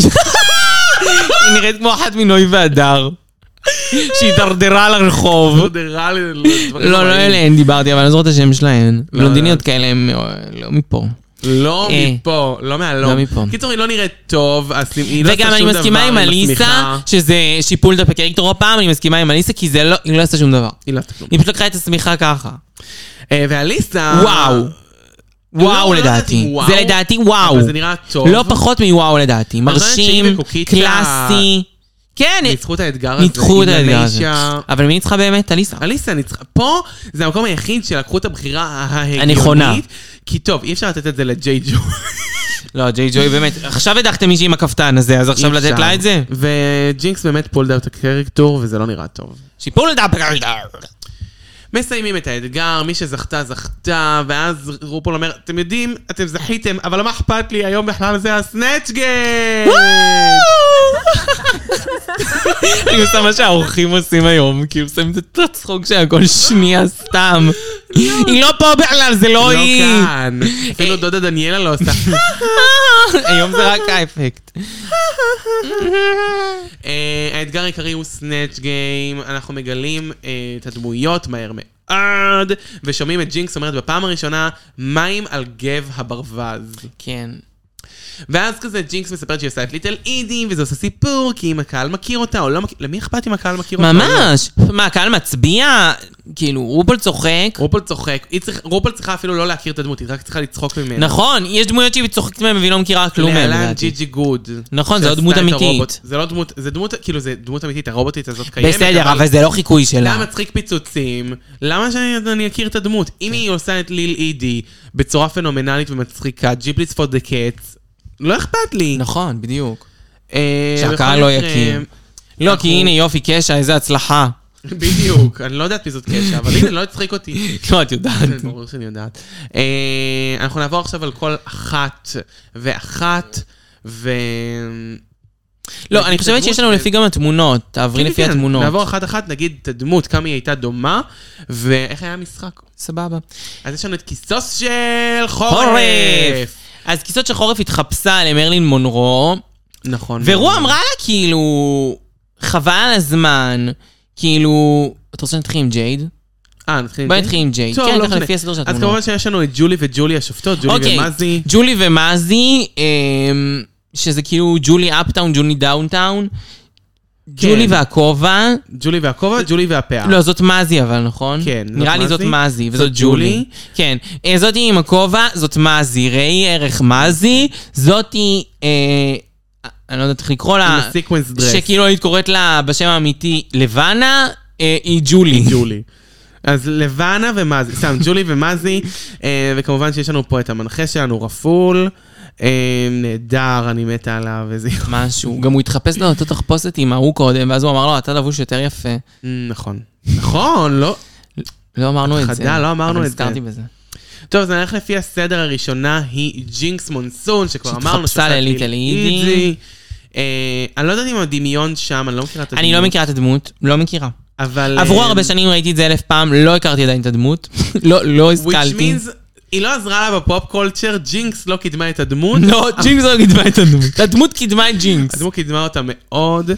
B: היא נראית כמו אחת מנוי והדר. שהתדרדרה לרחוב.
C: דרדרה ל-
B: לא, לא אליהן דיברתי, אבל אני לא זוכרת את השם שלהן.
C: לא
B: בלונדיניות
C: יודעת.
B: כאלה הם לא מפה.
C: לא
B: אה.
C: מפה, לא מהלום.
B: לא מפה.
C: קיצור, היא לא נראית טוב, אז היא לא עשתה
B: וגם אני
C: שום דבר,
B: מסכימה עם
C: היא
B: אליסה,
C: מסמיכה.
B: שזה שיפול דפק קריקטור הפעם, אני מסכימה עם אליסה, כי זה לא, היא לא עשתה שום דבר.
C: היא לא עשתה כלום.
B: היא פשוט לקחה את השמיכה ככה.
C: אה, ואליסה...
B: וואו. וואו
C: לא יודעת
B: לדעתי.
C: אם וואו,
B: זה לדעתי וואו.
C: אבל זה נראה טוב.
B: לא פחות מוואו לדעתי.
C: חושבת
B: מרשים,
C: שהיא וקוקיצה-
B: קלאסי. כן,
C: ניצחו את האתגר הזה.
B: ניצחו את
C: עם
B: האתגר הזה.
C: לניישה.
B: אבל מי ניצחה באמת? אליסה.
C: אליסה ניצחה. פה זה המקום היחיד שלקחו את הבחירה ההגיונית.
B: הנכונה.
C: כי טוב, אי אפשר לתת את זה לג'יי ג'ו.
B: לא, ג'יי ג'וי באמת. עכשיו הדחתם מישהי עם הכפתן הזה, אז עכשיו לתת לה את זה?
C: וג'ינקס באמת פולד אאוט הקרקטור, וזה לא נראה טוב.
B: שיפול דפק.
C: מסיימים את האתגר, מי שזכתה זכתה, ואז רופול אומר, אתם יודעים, אתם זכיתם, אבל מה אכפת לי, היום בכלל זה הסנאצ' גיים!
B: אני עושה מה שהאורחים עושים היום, כי הם שמים את הצחוק שלה כל שנייה סתם. היא לא פה בכלל, זה לא
C: לא
B: היא.
C: כאן. אפילו דודה דניאלה לא עושה.
B: היום זה רק האפקט.
C: אה, האתגר העיקרי הוא סנאצ' גיים, אנחנו מגלים אה, את הדמויות מהר מאוד, ושומעים את ג'ינקס אומרת בפעם הראשונה, מים על גב הברווז.
B: כן.
C: ואז כזה ג'ינקס מספרת שהיא עושה את ליטל אידי, וזה עושה סיפור, כי אם הקהל מכיר אותה, או לא מכיר, למי אכפת אם הקהל מכיר אותה? או לא?
B: ממש. מה, הקהל מצביע? כאילו, רופול צוחק.
C: רופול צוחק, היא צריך- רופול צריכה אפילו לא להכיר את הדמות, היא רק צריכה לצחוק ממנה.
B: נכון, יש דמויות שהיא צוחקת מהן והיא לא מכירה כלום מהן.
C: להלן
B: לדעתי.
C: ג'י ג'י גוד.
B: נכון, זו
C: שעשתה
B: דמות
C: את
B: אמיתית.
C: הרובוט. זה לא דמות, זה דמות, כאילו זה דמות אמיתית, הרובוטית הזאת קיימת.
B: בסדר, אבל זה לא חיקוי שלה.
C: למה מצחיק פיצוצים? למה שאני אני אכיר את הדמות? אם היא עושה את ליל אידי בצורה פנומנלית ומצחיקה, ג'יפליץ פור דה קטס, לא אכפת לי.
B: נכון, בדיוק.
C: אה,
B: שהקהל
C: בכל
B: לא
C: מקרה,
B: יכיר. לא,
C: אנחנו-
B: כי הנה יופי, קשה, איזה הצלחה.
C: בדיוק, אני לא יודעת מי זאת קשה, אבל הנה, לא הצחיק אותי.
B: לא, את יודעת.
C: ברור שאני יודעת. אה, אנחנו נעבור עכשיו על כל אחת ואחת, ו...
B: לא, אני חושבת שיש לנו לפי גם התמונות. תעברי
C: כן,
B: לפי
C: כן,
B: התמונות.
C: נעבור אחת-אחת, נגיד את הדמות, כמה היא הייתה דומה, ואיך היה המשחק.
B: סבבה.
C: אז יש לנו את כיסוס של חורף.
B: חורף! אז כיסות של חורף התחפשה למרלין מונרו,
C: נכון.
B: ורו אמרה לה כאילו, חבל על הזמן, כאילו... את רוצה שנתחיל עם ג'ייד?
C: אה, נתחיל עם
B: בואי
C: ג'ייד?
B: נתחיל עם ג'ייד.
C: טוב,
B: כן,
C: לא
B: ככה
C: משנה.
B: לפי הסדר של
C: אז
B: התמונות.
C: כמובן שיש לנו את ג'ולי וג'ולי השופטות, ג'ולי
B: אוקיי,
C: ומזי.
B: ג'ולי ומזי, אמ, שזה כאילו ג'ולי אפטאון, ג'ולי דאונטאון, ג'ולי והכובע.
C: ג'ולי והכובע, ג'ולי והפאה.
B: לא, זאת מזי אבל, נכון?
C: כן, זאת
B: נראה לי זאת
C: מזי.
B: מזי, וזאת
C: זאת ג'ולי.
B: ג'ולי. כן. אה, זאתי עם הכובע, זאת מזי. ראי ערך מזי. זאתי, אה, אני לא יודעת איך לקרוא לה.
C: עם הסיקוונס דרס.
B: שכאילו היית קוראת לה בשם האמיתי לבנה, אה, היא ג'ולי.
C: ג'ולי. אז לבנה ומזי, סתם, ג'ולי ומזי, אה, וכמובן שיש לנו פה את המנחה שלנו, רפול, אה, נהדר, אני מתה עליו, וזה...
B: משהו. גם הוא התחפש לאותו תחפושת עם ההוא קודם, ואז הוא אמר לו, אתה לבוש יותר יפה.
C: נכון. נכון, לא...
B: לא אמרנו את זה.
C: חדה, לא אמרנו
B: אבל
C: את זה.
B: הזכרתי בזה.
C: טוב, אז נלך לפי הסדר. הראשונה היא ג'ינקס מונסון, שכבר אמרנו...
B: שהתחפשה
C: שעושה
B: לליטל
C: ליל
B: אידי.
C: אה, אני לא יודעת אם הדמיון שם, אני לא מכירה את הדמיון.
B: אני לא מכירה את הדמות, לא מכירה.
C: אבל...
B: עברו
C: אה,
B: הרבה שנים, ראיתי את זה אלף פעם, לא הכרתי עדיין את הדמות. לא, לא
C: which
B: השכלתי.
C: means, היא לא עזרה לה בפופ קולצ'ר, ג'ינקס לא קידמה את הדמות.
B: לא, ג'ינקס לא קידמה את הדמות. הדמות קידמה את ג'ינקס.
C: הדמות קידמה אותה מאוד.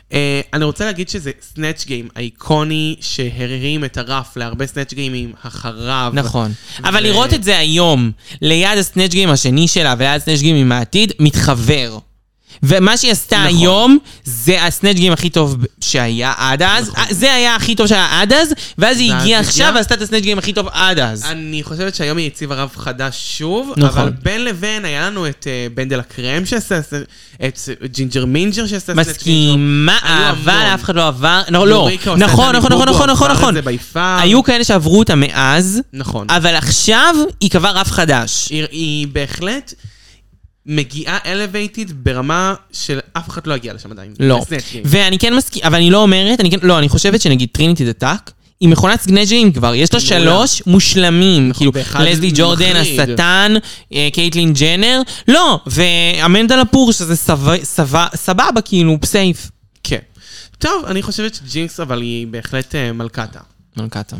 C: אני רוצה להגיד שזה סנאצ' גיים אייקוני שהרים את הרף להרבה סנאצ' גיימים אחריו.
B: נכון. אבל לראות את זה היום, ליד הסנאצ' גיים השני שלה וליד הסנאצ' גיימים מהעתיד, מתחבר. ומה שהיא עשתה היום, זה הסנאצ' גיים הכי טוב שהיה עד אז. זה היה הכי טוב שהיה עד אז, ואז היא הגיעה עכשיו ועשתה את הסנאצ' גיים הכי טוב עד אז.
C: אני חושבת שהיום היא הציבה רב חדש שוב, אבל בין לבין היה לנו את בנדל הקרם שעשה, את ג'ינג'ר מינג'ר שעשה סנאצ' גיים.
B: מסכימה, אבל אף אחד לא עבר. לא, נכון, נכון, נכון, נכון, נכון. היו כאלה שעברו אותה מאז, אבל עכשיו היא קבעה רב חדש.
C: היא בהחלט מגיעה elevated ברמה של אף אחד לא הגיע לשם עדיין.
B: לא. ואני כן מסכים, אבל אני לא אומרת, אני כן, לא, אני חושבת שנגיד טריניטי דה טאק, היא מכונת סנאצ'גים כבר, יש לה שלוש מושלמים, כאילו, לסלי ג'ורדן, השטן, קייטלין ג'נר, לא, ואמנדה לפור, שזה סבבה, כאילו, סייף.
C: כן. טוב, אני חושבת שג'ינקס, אבל היא בהחלט מלכתה.
B: מלכתה.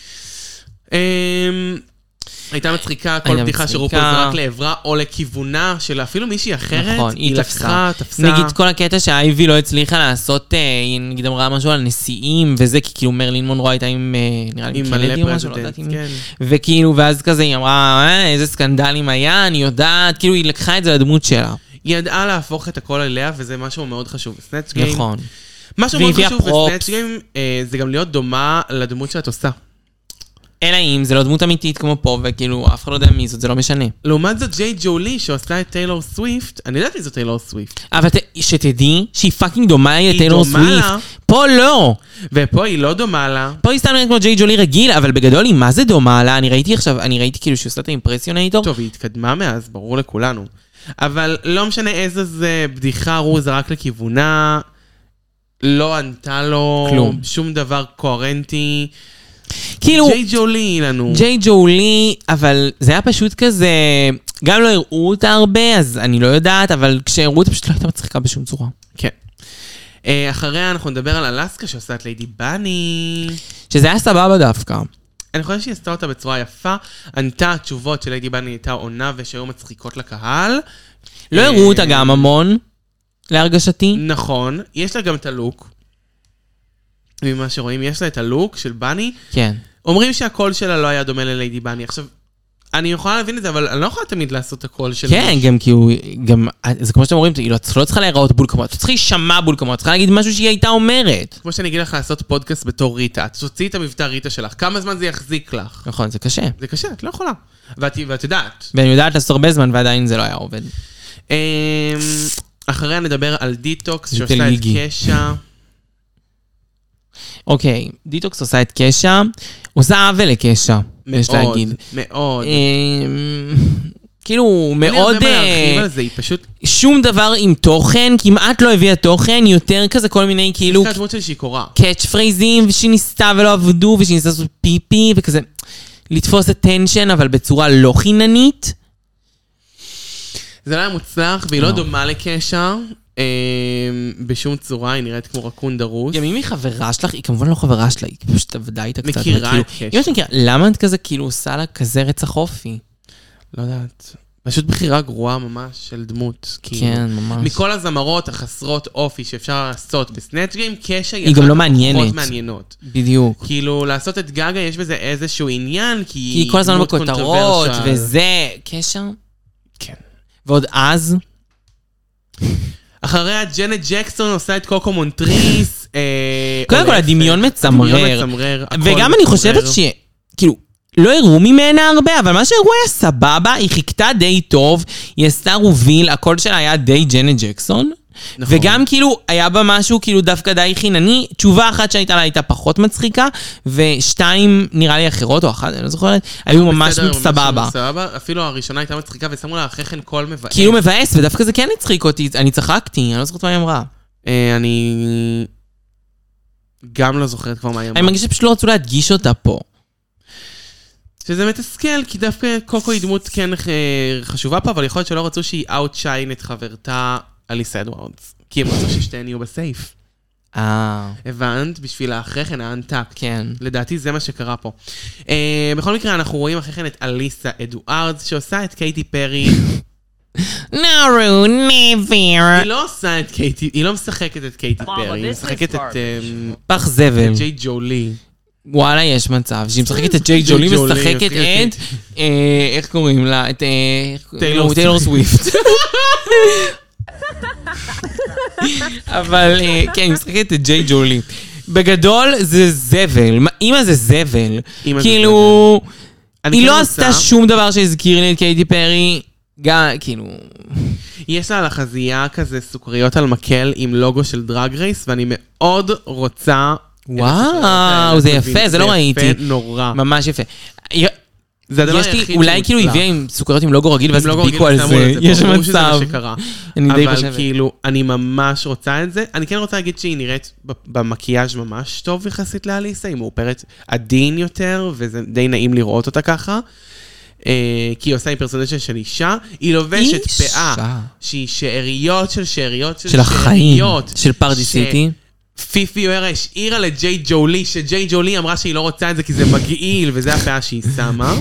C: הייתה מצחיקה, כל בדיחה שרופול זרק לעברה או לכיוונה של אפילו מישהי אחרת,
B: נכון, היא לקחה, תפסה. נגיד כל הקטע שהאייבי לא הצליחה לעשות, היא נגיד אמרה משהו על נשיאים וזה, כי כאילו מרלין מונרו הייתה עם, נראה לי, קנדי או משהו, לא יודעת אם... וכאילו, ואז כזה היא אמרה, איזה סקנדלים היה, אני יודעת, כאילו היא לקחה את זה לדמות שלה.
C: היא ידעה להפוך את הכל אליה, וזה משהו מאוד חשוב. סנאצ' גיים. נכון. משהו מאוד חשוב בסנאצ' גיים, זה גם להיות דומה לדמות שאת עושה.
B: אלא אם זה לא דמות אמיתית כמו פה, וכאילו אף אחד לא יודע מי זאת, זה לא משנה.
C: לעומת זאת ג'יי ג'ולי שעושה את טיילור סוויפט, אני יודעת מי זאת טיילור סוויפט.
B: אבל שתדעי שהיא פאקינג דומה לי לטיילור סוויפט. פה לא.
C: ופה היא לא דומה לה.
B: פה היא סתם נראית כמו ג'יי ג'ולי רגיל, אבל בגדול היא מה זה דומה לה? אני ראיתי עכשיו, אני ראיתי כאילו שהיא עושה את האימפרסיונטור.
C: טוב, היא התקדמה מאז, ברור לכולנו. אבל לא משנה איזה זה בדיחה רו זרק לכיוונה, לא ענתה לו כלום. שום דבר קוהרנטי.
B: כאילו,
C: ג'יי ג'ולי לנו.
B: ג'יי ג'ולי, אבל זה היה פשוט כזה, גם לא הראו אותה הרבה, אז אני לא יודעת, אבל כשהראו אותה פשוט לא הייתה מצחיקה בשום צורה.
C: כן. אחריה אנחנו נדבר על אלסקה שעושה את ליידי בני.
B: שזה היה סבבה דווקא.
C: אני חושב שהיא עשתה אותה בצורה יפה, ענתה תשובות של ליידי בני הייתה עונה ושהיו מצחיקות לקהל.
B: לא הראו אותה גם המון, להרגשתי.
C: נכון, יש לה גם את הלוק. ממה שרואים, יש לה את הלוק של בני.
B: כן.
C: אומרים שהקול שלה לא היה דומה לליידי בני. עכשיו, אני יכולה להבין את זה, אבל אני לא יכולה תמיד לעשות את הקול של...
B: כן, גם כי הוא... גם, זה כמו שאתם אומרים, היא לא צריכה להיראות בול כמוה, אתה צריכה להישמע בול כמוה, אתה צריכה להגיד משהו שהיא הייתה אומרת.
C: כמו שאני אגיד לך לעשות פודקאסט בתור ריטה, את תוציא את המבטא ריטה שלך, כמה זמן זה יחזיק לך?
B: נכון, זה קשה.
C: זה קשה, את לא יכולה. ואת, ואת יודעת.
B: ואני יודעת לעשות הרבה זמן, ועדיין זה לא היה עובד.
C: אחריה נדבר על דיטוקס, שעושה את קשה.
B: אוקיי, דיטוקס עושה את קשה, עושה עוול לקשה, יש להגיד.
C: מאוד, מאוד.
B: כאילו, מאוד...
C: אני הרבה להרחיב על זה, היא פשוט...
B: שום דבר עם תוכן, כמעט לא הביאה תוכן, יותר כזה כל מיני כאילו...
C: זה הדמות של שיכורה.
B: קאץ' פרייזים, שניסתה ולא עבדו, ושניסתה לעשות פיפי, וכזה... לתפוס אטנשן, אבל בצורה לא חיננית.
C: זה לא היה מוצלח, והיא לא דומה לקשה. בשום צורה, היא נראית כמו רקון דרוס.
B: גם אם היא חברה שלך, היא כמובן לא חברה שלה, היא פשוט עבדה איתה קצת.
C: מכירה את קשה.
B: אם את מכירה, למה את כזה כאילו עושה לה כזה רצח אופי?
C: לא יודעת. פשוט בחירה גרועה ממש של דמות.
B: כן, ממש.
C: מכל הזמרות החסרות אופי שאפשר לעשות בסנאצ' גיים, קשה
B: היא גם לא מעניינת.
C: פחות מעניינות.
B: בדיוק.
C: כאילו, לעשות את גגה יש בזה איזשהו עניין, כי
B: היא כל הזמן בכותרות, וזה, קשה.
C: כן.
B: ועוד אז...
C: אחריה ג'נט ג'קסון עושה את קוקו מונטריס.
B: קודם כל, הדמיון מצמרר. וגם אני חושבת שכאילו, לא הראו ממנה הרבה, אבל מה שהראו היה סבבה, היא חיכתה די טוב, היא עשתה רוביל, הקול שלה היה די ג'נט ג'קסון. וגם כאילו היה בה משהו כאילו דווקא די חינני, תשובה אחת שהייתה לה הייתה פחות מצחיקה, ושתיים נראה לי אחרות או אחת, אני לא זוכרת, היו ממש סבבה.
C: אפילו הראשונה הייתה מצחיקה ושמו לה אחרי כן קול מבאס.
B: כאילו מבאס, ודווקא זה כן הצחיק אותי, אני צחקתי, אני לא זוכרת מה היא אמרה.
C: אני גם לא זוכרת כבר מה היא אמרה.
B: אני מרגיש שפשוט לא רצו להדגיש אותה פה.
C: שזה מתסכל, כי דווקא קוקו היא דמות כן חשובה פה, אבל יכול להיות שלא רצו שהיא אאוטשיין את חברתה אליס אדוארדס, כי הם רצו ששתיהן יהיו בסייף.
B: אה.
C: הבנת? בשביל האחרי כן האנטק.
B: כן.
C: לדעתי זה מה שקרה פה. בכל מקרה, אנחנו רואים אחרי כן את אליסה אדוארדס, שעושה את קייטי פרי.
B: נארו, נבר.
C: היא לא עושה את קייטי, היא לא משחקת את קייטי פרי, היא משחקת את
B: פח זבל.
C: ג'יי ג'ולי.
B: וואלה, יש מצב. שהיא משחקת את ג'יי ג'ולי,
C: ג'ולי,
B: משחקת
C: אוקיי.
B: את... אה, איך קוראים לה? את... אה,
C: טיילור
B: טיילור סוויפט. אבל אה, כן, היא משחקת את ג'יי ג'ולי. בגדול זה זבל. אמא זה זבל.
C: אמא זה
B: כאילו...
C: אני
B: היא
C: כן
B: לא
C: רוצה-
B: עשתה שום דבר שהזכיר לי את קייטי פרי. גם, כאילו...
C: יש לה על החזייה כזה סוכריות על מקל עם לוגו של דרג רייס, ואני מאוד רוצה...
B: וואו, זה יפה, זה לא ראיתי.
C: זה יפה נורא.
B: ממש יפה.
C: זה הדבר
B: יש לי,
C: היחיד
B: אולי כאילו
C: שמוצלח.
B: הביאה עם סוכריות עם לוגו רגיל, ואז
C: עם לוגו
B: הדביקו
C: רגיל
B: על
C: שמו
B: זה.
C: את
B: יש
C: ברור שזה מה
B: מצב.
C: שקרה.
B: אני די
C: אבל
B: חושבת.
C: כאילו, אני ממש רוצה את זה. אני כן רוצה להגיד שהיא נראית ב- במקיאז' ממש טוב יחסית לאליסה, היא מאופרת עדין יותר, וזה די נעים לראות אותה ככה. אה, כי היא עושה עם פרסונג'ה של אישה, היא לובשת
B: אישה.
C: פאה, שהיא שאריות של שאריות של
B: של החיים,
C: שאריות.
B: של פרדי
C: ש-
B: סיטי.
C: פיפי אוהרה השאירה לג'יי ג'ולי, שג'יי ג'ולי אמרה שהיא לא רוצה את זה כי זה מגעיל, וזה הפאה שהיא שמה.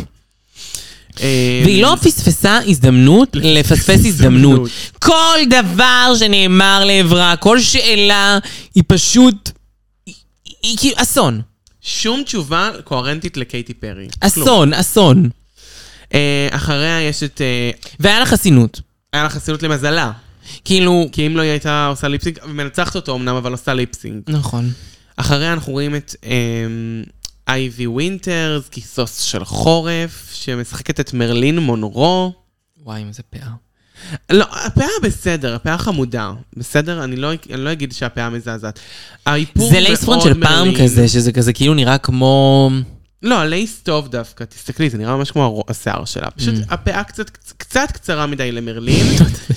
B: והיא לא פספסה הזדמנות לפספס הזדמנות. כל דבר שנאמר לעברה, כל שאלה, היא פשוט... היא- היא כאילו אסון.
C: שום תשובה קוהרנטית לקייטי פרי. כלום.
B: אסון, אסון.
C: אה, אחריה יש את... אה,
B: והיה לה חסינות.
C: היה לה חסינות למזלה.
B: כאילו...
C: כי אם לא היא הייתה עושה ליפסינג, ומנצחת אותו אמנם, אבל עושה ליפסינג.
B: נכון.
C: אחריה אנחנו רואים את אייבי ווינטרס, כיסוס של חורף, שמשחקת את מרלין מונרו.
B: וואי, איזה פאה.
C: לא, הפאה בסדר, הפאה חמודה. בסדר? אני לא, אני לא אגיד שהפאה מזעזעת. האיפור
B: זה לייספרון
C: מאוד
B: של פעם
C: מרלין.
B: כזה, שזה כזה כאילו נראה כמו...
C: לא, הלייס טוב דווקא, תסתכלי, זה נראה ממש כמו השיער שלה. פשוט הפאה קצת, קצת קצרה מדי למרלין.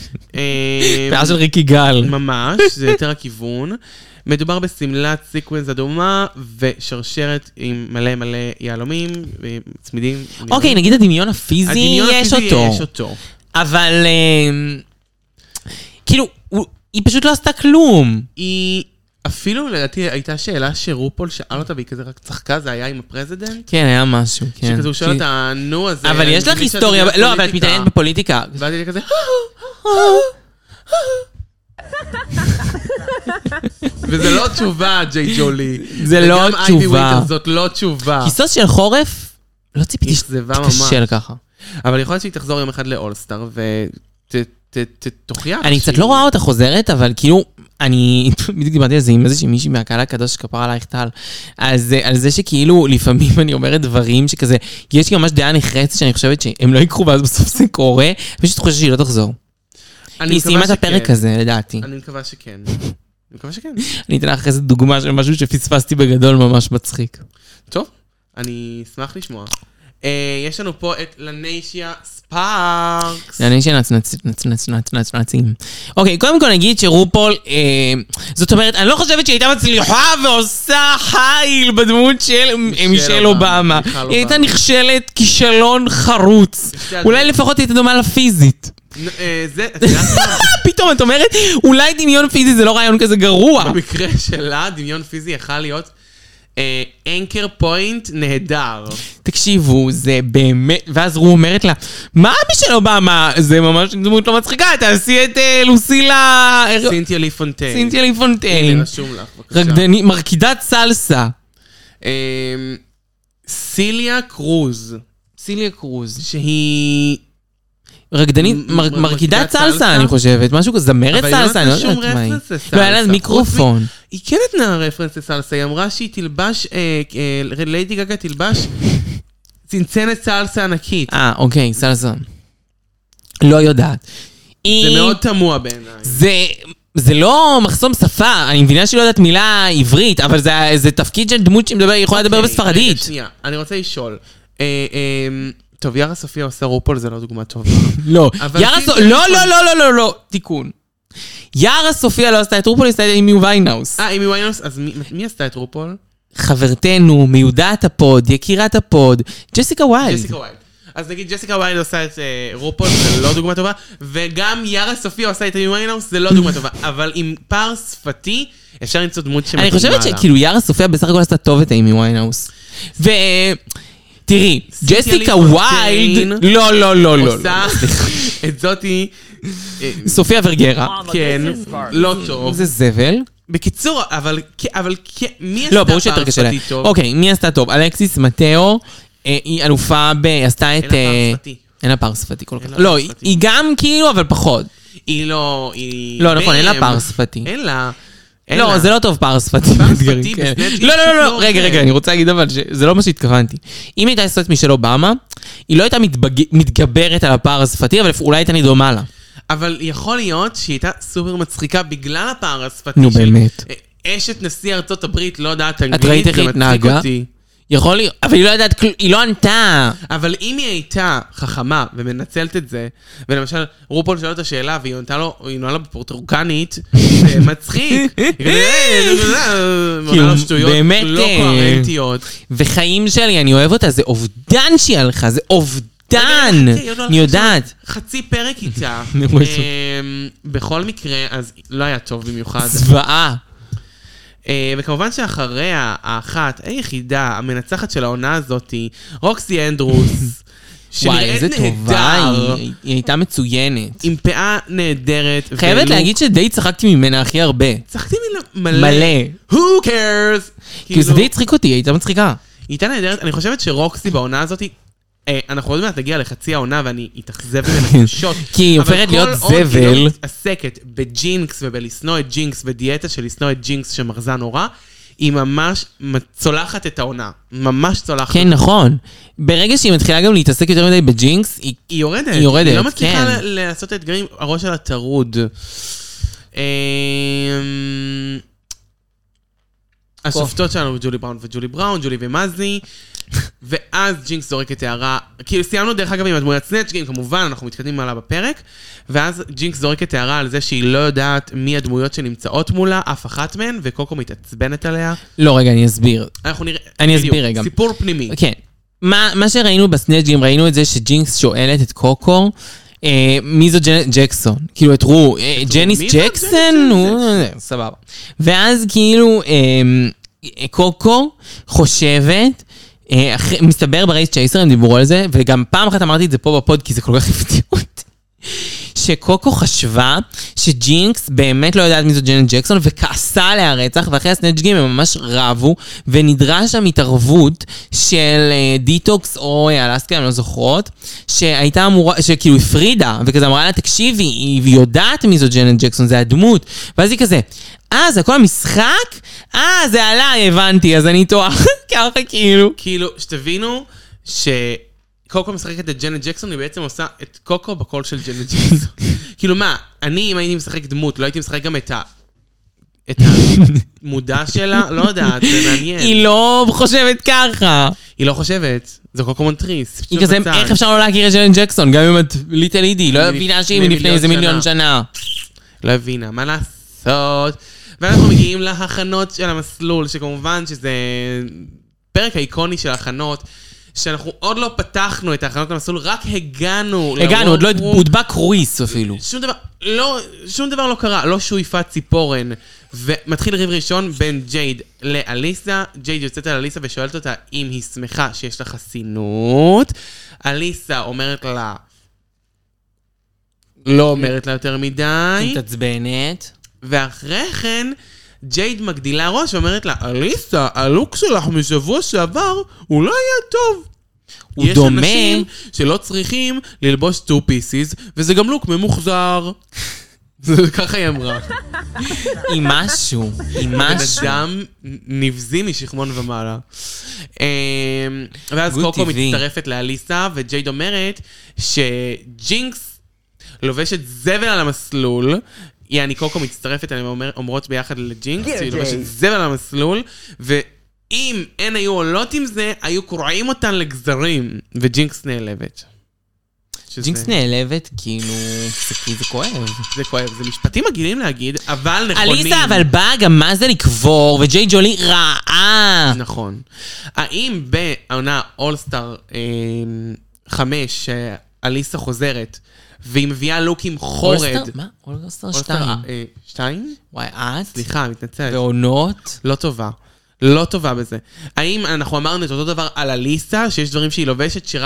C: אה,
B: פאה של ריקי גל.
C: ממש, זה יותר הכיוון. מדובר בסמלת סיקוונס אדומה ושרשרת עם מלא מלא יהלומים וצמידים.
B: אוקיי, נגיד הדמיון הפיזי,
C: הדמיון
B: יש
C: הפיזי
B: אותו.
C: יש אותו.
B: אבל... אה, כאילו, הוא- היא פשוט לא עשתה כלום.
C: היא אפילו לדעתי הייתה שאלה שרופול שאל אותה והיא כזה רק צחקה, זה היה עם הפרזידנט.
B: כן, היה משהו, כן.
C: שכזה הוא שואל אותה, נו, אז...
B: אבל יש לך היסטוריה, לא, אבל את מתעניינת בפוליטיקה.
C: ואז היא כזה... וזה לא תשובה, ג'יי ג'ולי.
B: זה לא
C: וגם אייבי
B: תשובה.
C: ווינטר, זאת לא תשובה.
B: כיסוס של חורף, לא ציפיתי
C: אכזבה ממש.
B: שתקשל ככה.
C: אבל יכול להיות שהיא תחזור יום אחד לאולסטאר ותוכיח.
B: אני קצת לא רואה אותה חוזרת, אבל כאילו, אני בדיוק דיברתי על זה עם איזושהי מישהי מהקהל הקדוש שכפר עלייך טל, אז על זה שכאילו לפעמים אני אומרת דברים שכזה, יש לי ממש דעה נחרצת שאני חושבת שהם לא יקחו ואז בסוף זה קורה, פשוט חושבת שהיא לא תחזור. היא סיימה את הפרק הזה, לדעתי.
C: אני מקווה שכן. אני מקווה שכן.
B: אני אתן לך איזה דוגמה של משהו שפספסתי בגדול ממש מצחיק.
C: טוב, אני אשמח לשמוע. אה, יש לנו פה את לניישיה ספארקס.
B: אני שנצנצנצנצנצנצים. אוקיי, קודם כל נגיד שרופול, אה, זאת אומרת, אני לא חושבת שהיא הייתה מצליחה ועושה חייל בדמות של מישל אובמה.
C: מיכל
B: היא הייתה
C: אובמה.
B: נכשלת כישלון חרוץ.
C: בשתי
B: אולי
C: הדברים.
B: לפחות הייתה דומה לפיזית.
C: נ- אה, זה, את יודעת מה?
B: פתאום את אומרת, אולי דמיון פיזי זה לא רעיון כזה גרוע.
C: במקרה שלה, דמיון פיזי יכול להיות אנקר פוינט נהדר.
B: תקשיבו, זה באמת, ואז רו אומרת לה, מה מישל אובמה? זה ממש דמות לא מצחיקה, תעשי את אה, לוסילה...
C: סינתיה לי פונטיין.
B: סינתיה לי פונטיין.
C: הנה, רשום לך, בבקשה.
B: רקדנית, מרקידת סלסה.
C: אה, סיליה קרוז,
B: סיליה קרוז.
C: שהיא...
B: רקדנית,
C: מ-
B: מר-
C: מ-
B: מרקידת
C: מרקידת
B: סלסה,
C: סלסה?
B: אני חושבת. משהו כזה, זמרת
C: אבל היא לא
B: סלסה, אני לא
C: נתנה שום
B: יודעת מה היא.
C: רפרנס לסלסה.
B: לא, היה לה
C: חוץ
B: מיקרופון.
C: היא כן נתנה רפרנס לסלסה, היא אמרה שהיא תלבש, אה, אה, ליידי גגה תלבש צנצנת סלסה ענקית.
B: אה, אוקיי, סלסה. לא יודעת.
C: זה
B: היא-
C: מאוד תמוה בעיניי.
B: זה... זה לא מחסום שפה, אני מבינה שהיא לא יודעת מילה עברית, אבל זה, זה תפקיד של דמות שמדבר, היא יכולה לדבר
C: אוקיי,
B: בספרדית.
C: רגע, שנייה, אני רוצה לשאול. אה, אה, טוב, יארה סופיה עושה רופול, זה לא דוגמה טובה.
B: לא,
C: אבל
B: יארה
C: סינתיה
B: סופיה, לא,
C: לי
B: לא, לא, לא, לא, לא, תיקון. יארה סופיה לא עשתה את רופול, עשתה את אימי ויינהאוס.
C: אה, אימי ויינהאוס, אז מי- מי עשתה את רופול?
B: חברתנו, מיודעת הפוד, יקירת הפוד, ג'סיקה ויילד.
C: ג'סיקה ויילד. אז נגיד ג'סיקה ויילד עושה את אה, רופול, זה לא דוגמה טובה, וגם יארה סופיה עושה את אימי ויינהאוס, זה לא דוגמה טובה. אבל עם פער שפתי, אפשר למצוא דמות שמתאימה
B: אני חושבת
C: לה.
B: שכאילו יארה סופיה בסך הכל עשתה טוב את אימי ויינהאוס. ו... תראי,
C: סינתיה
B: ג'סיקה
C: לי
B: ויילד,
C: פונטיין
B: לא, לא, לא, לא.
C: עושה את זאתי
B: סופיה ורגרה.
C: כן, לא טוב.
B: זה זבל.
C: בקיצור, אבל אבל מי
B: לא,
C: עשתה
B: ברור שיותר
C: פער
B: קשה לה.
C: שפתי טוב?
B: אוקיי, מי עשתה טוב? אלכסיס מתאו, אה, היא אלופה ב... עשתה את...
C: אין לה פער
B: אה,
C: שפתי.
B: אין לה פער שפתי כל
C: אין
B: כך.
C: לה
B: לא,
C: פער
B: היא-
C: שפתי.
B: היא גם כאילו, אבל פחות.
C: היא לא... היא...
B: לא, נכון, אין לה
C: מם.
B: פער שפתי.
C: אין לה. אין
B: לא,
C: לה.
B: זה לא טוב פער שפתי.
C: פער
B: באתגרים,
C: שפתי
B: כן.
C: בסנאצ'
B: לא, לא,
C: פשוט
B: לא,
C: לא
B: לא, רגע,
C: עובד.
B: רגע, אני רוצה להגיד אבל שזה לא מה שהתכוונתי. אם הייתה עשית מישל אובמה, היא לא הייתה מתבג- מתגברת על הפער השפתי, אבל אולי הייתה דומה לה.
C: אבל יכול להיות שהיא הייתה סופר מצחיקה בגלל הפער השפתי
B: נו,
C: של...
B: באמת.
C: אשת נשיא ארצות הברית לא יודעת אנגלית,
B: ראית איך
C: זה
B: היא
C: מצחיק
B: התנהגה?
C: אותי.
B: יכול להיות, אבל היא לא יודעת, כל- היא לא ענתה.
C: אבל אם היא הייתה חכמה ומנצלת את זה, ולמשל רופול שואל את השאלה והיא עונה לו, היא עונה לו בפורטוגנית, זה מצחיק. היא כזה, "אה, לא, לא, לא", עונה לו שטויות
B: באמת,
C: לא
B: אה,
C: קוהרנטיות.
B: וחיים שלי, אני אוהב אותה, זה אובדן שהיא הלכה, זה אובדן.
C: רגע, רגע,
B: אני יודעת.
C: חצי פרק איתה.
B: נו, איזה-
C: אמ, בכל מקרה, אז לא היה טוב במיוחד.
B: זוועה.
C: אה, וכמובן שאחריה, האחת, היחידה, המנצחת של העונה הזאת, רוקסי אנדרוס,
B: וואי,
C: שנראית
B: איזה טובה,
C: נהדר,
B: היא- היא הייתה מצוינת.
C: עם פאה נהדרת.
B: חייבת
C: ולוק.
B: להגיד שדי צחקתי ממנה הכי הרבה.
C: צחקתי ממנה מלא.
B: מלא.
C: Who cares?
B: כאילו זה
C: כאילו,
B: די הצחיק אותי, היא הייתה מצחיקה.
C: היא הייתה נהדרת, אני חושבת שרוקסי בעונה הזאת, אה, אנחנו עוד מעט נגיע לחצי העונה ואני אתאכזב ממנה קשות.
B: כי היא הופכת להיות
C: אבל כל עוד היא
B: זבל.
C: לא מתעסקת בג'ינקס ובלשנוא את ג'ינקס ודיאטה של לשנוא את ג'ינקס שמרזה נורא, היא ממש צולחת את העונה. ממש צולחת.
B: כן, נכון. ברגע שהיא מתחילה גם להתעסק יותר מדי בג'ינקס, היא...
C: היא יורדת.
B: היא יורדת,
C: היא לא מצליחה
B: כן.
C: ל- לעשות אתגרים, הראש שלה טרוד. אמ, השופטות שלנו ג'ולי בראון וג'ולי בראון, ג'ולי ומזי, ואז ג'ינקס זורקת הערה, כאילו סיימנו דרך אגב עם הדמויות סנאצ' גיים, כמובן, אנחנו מתקדמים עליה בפרק, ואז ג'ינקס זורקת הערה על זה שהיא לא יודעת מי הדמויות שנמצאות מולה, אף אחת מהן, וקוקו מתעצבנת עליה.
B: לא, רגע, אני אסביר.
C: אנחנו נראה...
B: אני
C: בדיוק,
B: אסביר רגע.
C: סיפור פנימי.
B: כן. מה, מה שראינו בסנאצ'גים, ראינו את זה שג'ינקס שואלת את קוקו, אה, מי זו ג'נט ג'קסון? כאילו, את רו, אה, ג'ניס
C: מי זו
B: ג'קסון?
C: ג'ניס
B: הוא- אה, סבבה. ואז כאילו, אה, קוקו חושבת, אה, אחרי- מסתבר ברייס צ'ייסר, הם דיברו על זה, וגם פעם אחת אמרתי את זה פה בפוד, כי זה כל כך הפתיע אותי. שקוקו חשבה שג'ינקס באמת לא יודעת מי זו ג'נט ג'קסון וכעסה עליה רצח, ואחרי הסנאצ'גים הם ממש רבו, ונדרש שם התערבות של אה, דיטוקס או אה, אלסקה, אני לא זוכרות, שהייתה אמורה, שכאילו הפרידה, וכזה אמרה לה, תקשיבי, היא יודעת מי זו ג'נט ג'קסון, זה הדמות, ואז היא כזה, אה, זה הכל המשחק? אה, זה עליי, הבנתי, אז אני טועה, ככה כאילו.
C: כאילו, שתבינו שקוקו משחקת את ג'נט ג'קסון, היא בעצם עושה את קוקו בקול של ג'נט ג'קסון. כאילו מה, אני אם הייתי משחק דמות, לא הייתי משחק גם את ה... את המודע שלה? לא יודעת, זה מעניין.
B: היא לא חושבת ככה.
C: היא לא חושבת, זה קוקו מונטריס.
B: היא כזה, איך אפשר לא להכיר את ג'נט ג'קסון, גם אם את ליטל אידי, לא הבינה שהיא
C: לפני
B: מלפני איזה
C: מיליון
B: מיליון שנה.
C: לא הבינה, מה לעשות? ואנחנו מגיעים להכנות של המסלול, שכמובן שזה פרק האיקוני של ההכנות, שאנחנו עוד לא פתחנו את ההכנות למסלול, רק הגענו.
B: הגענו, עוד לא
C: לרוב-
B: הודבק רויס אפילו.
C: שום דבר, לא, שום דבר לא קרה, לא שויפת ציפורן. ומתחיל ריב ראשון בין ג'ייד לאליסה. ג'ייד יוצאת על אליסה ושואלת אותה אם היא שמחה שיש לה חסינות. אליסה אומרת לה, לא אומרת לה יותר מדי.
B: מתעצבנת.
C: ואחרי כן, ג'ייד מגדילה ראש ואומרת לה, אליסה, הלוק שלך משבוע שעבר, הוא לא היה טוב.
B: הוא
C: יש
B: דומה.
C: אנשים שלא צריכים ללבוש two pieces, וזה גם לוק ממוחזר. זה ככה היא אמרה.
B: עם משהו, עם
C: בן
B: משהו.
C: אדם נבזי משכמון ומעלה. אמ, ואז
B: גוד
C: קוקו
B: טבעי.
C: מצטרפת לאליסה, וג'ייד אומרת שג'ינקס לובשת זבל על המסלול, יעני קוקו מצטרפת, הן אומר- אומרות ביחד לג'ינקס, שהיא לובשת זבל על המסלול, ואם הן היו עולות עם זה, היו קורעים אותן לגזרים, וג'ינקס נעלבת. שזה-
B: ג'ינקס נעלבת, כאילו, זה כי זה כואב.
C: זה כואב, זה משפטים מגעילים להגיד, אבל נכונים.
B: אליסה אבל באה גם מה זה לקבור, וג'יי ג'ולי רעה.
C: נכון. האם בעונה אולסטאר חמש, שאליסה חוזרת, והיא מביאה לוק עם חורד...
B: אולסטאר? מה? אולסטאר
C: אולסטאר,
B: שתיים.
C: אה, שתיים?
B: וואי, את?
C: סליחה, מתנצלת.
B: ועונות?
C: לא טובה. לא טובה בזה. האם אנחנו אמרנו את אותו דבר על אליסה, שיש דברים שהיא לובשת שרק היא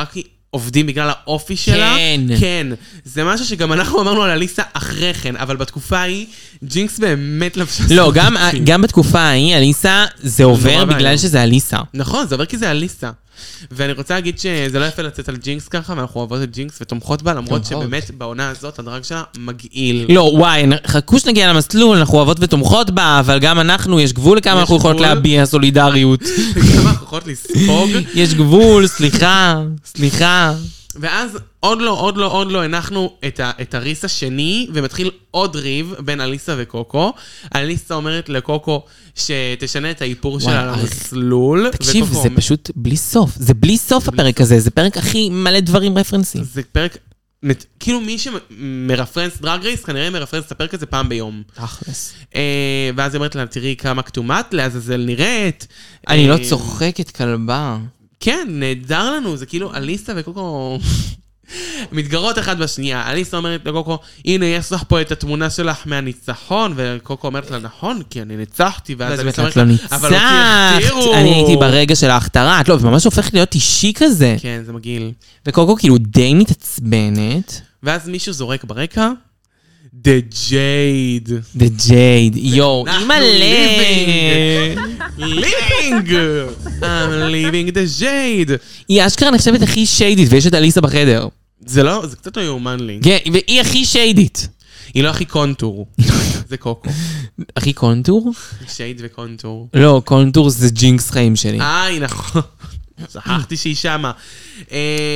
C: עובדים בגלל האופי שלה.
B: כן.
C: כן. זה משהו שגם אנחנו אמרנו על אליסה אחרי כן, אבל בתקופה ההיא, ג'ינקס באמת לבשה...
B: לא, גם, גם בתקופה ההיא, אליסה, זה עובר בגלל
C: בעיה.
B: שזה אליסה.
C: נכון, זה עובר כי זה אליסה. ואני רוצה להגיד שזה לא יפה לצאת על ג'ינקס ככה, ואנחנו אוהבות את ג'ינקס ותומכות בה, למרות
B: תומכות.
C: שבאמת בעונה הזאת הדרג שלה מגעיל.
B: לא, וואי, חכו שנגיע למסלול, אנחנו אוהבות ותומכות בה, אבל גם אנחנו, יש גבול לכמה אנחנו יכולות
C: גבול.
B: להביע סולידריות.
C: כמה אנחנו יכולות לספוג.
B: יש גבול, סליחה, סליחה.
C: ואז עוד לא, עוד לא, עוד לא הנחנו את, ה, את הריס השני, ומתחיל עוד ריב בין אליסה וקוקו. אליסה אומרת לקוקו שתשנה את האיפור שלה
B: וואי,
C: למסלול.
B: תקשיב,
C: וקוקו
B: זה
C: אומר-
B: פשוט בלי סוף. זה בלי סוף הפרק הזה, זה פרק הכי מלא דברים רפרנסים.
C: זה פרק, מת- כאילו מי שמרפרנס דרג רייס, כנראה מרפרנס את הפרק הזה פעם ביום.
B: תכלס.
C: אה, ואז היא אומרת לה, תראי כמה כתומת לעזאזל נראית.
B: אני לא
C: אה,
B: צוחקת כלבה.
C: כן, נהדר לנו, זה כאילו אליסה וקוקו מתגרות אחד בשנייה. אליסה אומרת לקוקו, הנה יש לך פה את התמונה שלך מהניצחון, וקוקו אומרת לה, נכון, כי אני ניצחתי, ואז
B: ואז
C: אליסה
B: באמת את
C: אומרת
B: לא
C: לה, אבל אותי
B: ניצחת.
C: הכתירו.
B: אני הייתי ברגע של ההכתרה. את לא, וממש הופך להיות אישי כזה.
C: כן, זה מגעיל.
B: וקוקו כאילו די מתעצבנת.
C: ואז מישהו זורק ברקע, The Jade.
B: The Jade. יו,
C: אנחנו
B: אימא'לה.
C: Living! I'm leaving the Jade.
B: היא אשכרה נחשבת הכי שיידית, ויש את אליסה בחדר.
C: זה לא, זה קצת לא יאומן לי.
B: כן, והיא הכי שיידית.
C: היא לא הכי קונטור. זה קוקו.
B: הכי קונטור?
C: שייד וקונטור.
B: לא, קונטור זה ג'ינקס חיים שלי.
C: איי, נכון. שכחתי שהיא שמה. אמ,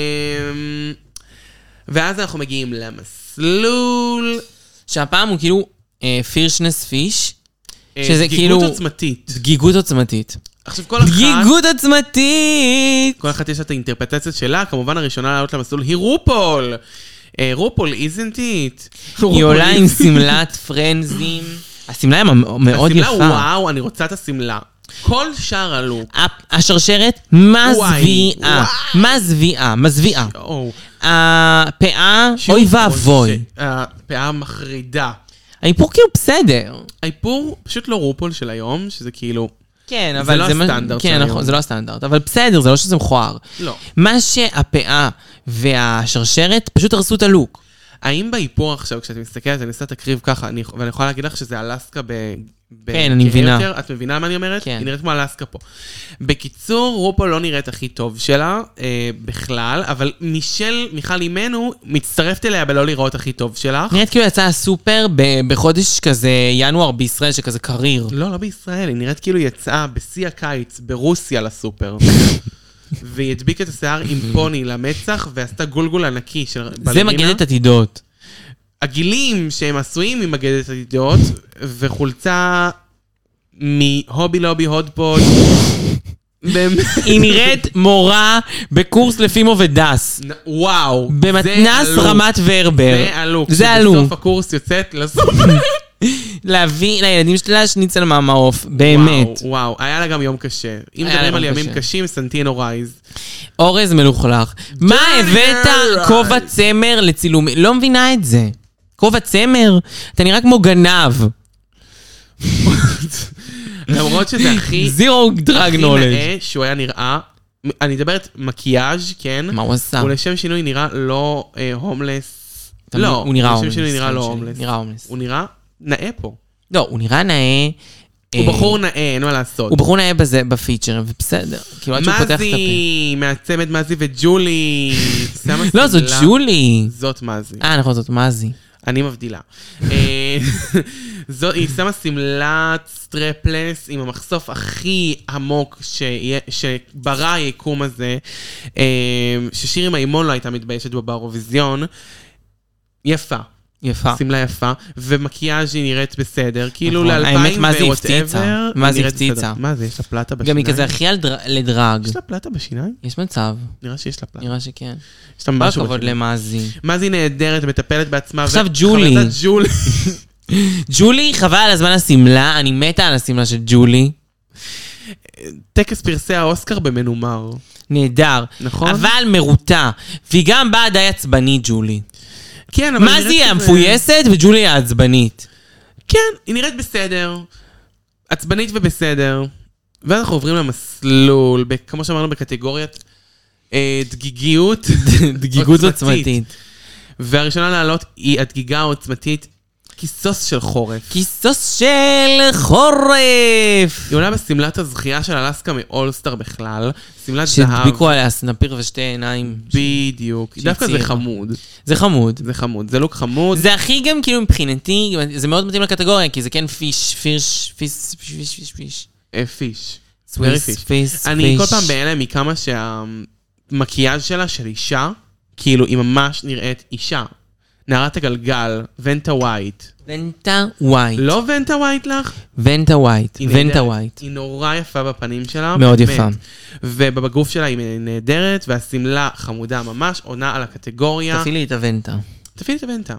C: ואז אנחנו מגיעים למסלול.
B: שהפעם הוא כאילו פירשנס פיש,
C: אה,
B: שזה כאילו...
C: דגיגות עוצמתית.
B: דגיגות עוצמתית.
C: עכשיו כל אחת...
B: דגיגות עוצמתית!
C: כל אחת יש את האינטרפטציות שלה. כמובן הראשונה לעלות למסלול היא רופול. אה, רופול, isn't it?
B: היא עולה עם סמלת פרנזים. הסמלה היא מאוד
C: השמלה,
B: יפה.
C: וואו, אני רוצה את השמלה. כל שער הלוק.
B: השרשרת
C: וואי,
B: מזוויעה. מזוויעה, מזוויעה.
C: או,
B: הפאה,
C: שוב,
B: אוי ואבוי.
C: הפאה מחרידה.
B: האיפור כאילו בסדר.
C: האיפור פשוט לא רופול של היום, שזה כאילו...
B: כן,
C: זה
B: אבל
C: לא
B: זה... מה-
C: הסטנדרט של
B: כן,
C: היום.
B: נכון, זה לא הסטנדרט. אבל בסדר, זה לא שזה מכוער.
C: לא.
B: מה שהפאה והשרשרת פשוט הרסו את הלוק.
C: האם באיפור עכשיו, כשאת מסתכלת, אני עושה את הקריב ככה, אני, ואני יכולה להגיד לך שזה אלסקה ב... ב-
B: כן, אני מבינה.
C: יותר, את מבינה מה אני אומרת?
B: כן.
C: היא נראית כמו אלסקה פה. בקיצור, רופול לא נראית הכי טוב שלה, אה, בכלל, אבל מישל, מיכל אימנו, מצטרפת אליה בלא לראות הכי טוב שלך.
B: נראית כאילו יצא הסופר ב- בחודש כזה ינואר בישראל, שכזה קריר.
C: לא, לא בישראל, היא נראית כאילו יצאה בשיא הקיץ, ברוסיה לסופר. והיא הדביקה את השיער עם פוני למצח, ועשתה גולגול ענקי של
B: זה
C: בלרינה.
B: מגדת עתידות.
C: הגילים שהם עשויים ממגדת עתידות, וחולצה מהובי לובי הודפוד.
B: היא נראית מורה בקורס לפימו ודס.
C: וואו.
B: במתנס
C: זה
B: רמת ורבר.
C: זה הלוק.
B: זה הלוק.
C: שבסוף הקורס יוצאת לסופר.
B: להביא לילדים שלה שניצל מהמעוף. באמת.
C: וואו, וואו. היה לה גם יום קשה. אם
B: היה לה
C: מדברים על
B: יום
C: ימים
B: קשה.
C: קשים, סנטינו רייז.
B: אורז מלוכלך. מה הבאת
C: Ride.
B: כובע צמר לצילומי? לא מבינה את זה. כובע צמר? אתה נראה כמו גנב.
C: למרות שזה הכי...
B: זירו דרג
C: הכי
B: נולד.
C: נאה שהוא היה נראה... אני מדברת מקיאז', כן?
B: מה הוא עשה?
C: הוא לשם שינוי נראה לא אה, הומלס.
B: אתה
C: לא,
B: מבין? הוא נראה
C: לשם
B: הומלס.
C: שינוי נראה
B: כן,
C: לא
B: שלי.
C: הומלס.
B: נראה הומלס.
C: הוא נראה נאה פה.
B: לא, הוא נראה נאה.
C: הוא
B: אה,
C: בחור נאה, אין מה לעשות.
B: הוא בחור נאה בזה, בפיצ'ר, ובסדר. כאילו עד שהוא פותח את הפה.
C: מזי, מהצמד מזי וג'ולי. שמה
B: לא, זאת
C: שמלה.
B: ג'ולי.
C: זאת מזי.
B: אה, נכון, זאת מזי.
C: אני מבדילה. אה, זו- היא שמה שמלת סטרפלס עם המחשוף הכי עמוק שיהיה- שברא היקום הזה, אה, ששירי מימון לא הייתה מתביישת בו באירוויזיון. יפה.
B: יפה.
C: שמלה יפה, ומקיאז' היא נראית בסדר, כאילו
B: נכון.
C: לאלפיים
B: האמת, מה זה
C: ו-whatever,
B: הפציצה? מה
C: היא
B: זה
C: נראית
B: הפציצה?
C: בסדר. מה זה, יש לה פלטה
B: גם
C: בשיניים?
B: היא כזה הכי על דר- לדרג.
C: יש לה פלטה בשיניים?
B: יש מצב.
C: נראה שיש לה פלטה.
B: נראה שכן.
C: יש לה
B: כל
C: משהו
B: הכבוד
C: בשיניים.
B: למאזי.
C: מה זה נהדרת, מטפלת בעצמה.
B: עכשיו
C: ו-
B: ג'ולי.
C: חברתה ג'ולי.
B: ג'ולי, חבל על הזמן השמלה, אני מתה על השמלה של ג'ולי.
C: טקס פרסי האוסקר במנומר.
B: נהדר.
C: נכון?
B: אבל מרוטה. והיא גם באה די עצבנית, ג'ולי.
C: כן, אבל
B: מה
C: היא
B: זה
C: נראית
B: היא
C: כזה-
B: המפויסת וג'ולי היא העצבנית?
C: כן, היא נראית בסדר. עצבנית ובסדר. ואז אנחנו עוברים למסלול, ב- כמו שאמרנו בקטגוריית אה, דגיגיות.
B: דגיגות עוצמתית.
C: והראשונה לעלות היא הדגיגה העוצמתית, כיסוס של חורף.
B: כיסוס של חורף!
C: היא עולה בסמלת הזכייה של אלסקה מאולסטאר בכלל. סמלת זהב.
B: שהדביקו עליה סנפיר ושתי עיניים.
C: בדיוק. דווקא זה חמוד.
B: זה חמוד.
C: זה חמוד. זה לוק חמוד.
B: זה הכי גם כאילו מבחינתי, זה מאוד מתאים לקטגוריה, כי זה כן פיש, פיש, פיש, פיש, פיש, פיש.
C: פיש.
B: סוויס, פיש.
C: אני כל פעם בהלם מכמה שהמקיאז' שלה של אישה, כאילו היא ממש נראית אישה. נערת הגלגל, ונטה ווייט.
B: ונטה ווייט.
C: לא ונטה ווייט לך?
B: ונטה ווייט. ונטה ווייט.
C: היא נורא יפה בפנים שלה.
B: מאוד יפה.
C: ובגוף שלה היא נהדרת, והסמלה חמודה ממש, עונה על הקטגוריה.
B: תפעילי את הוונטה.
C: תפעילי את הוונטה.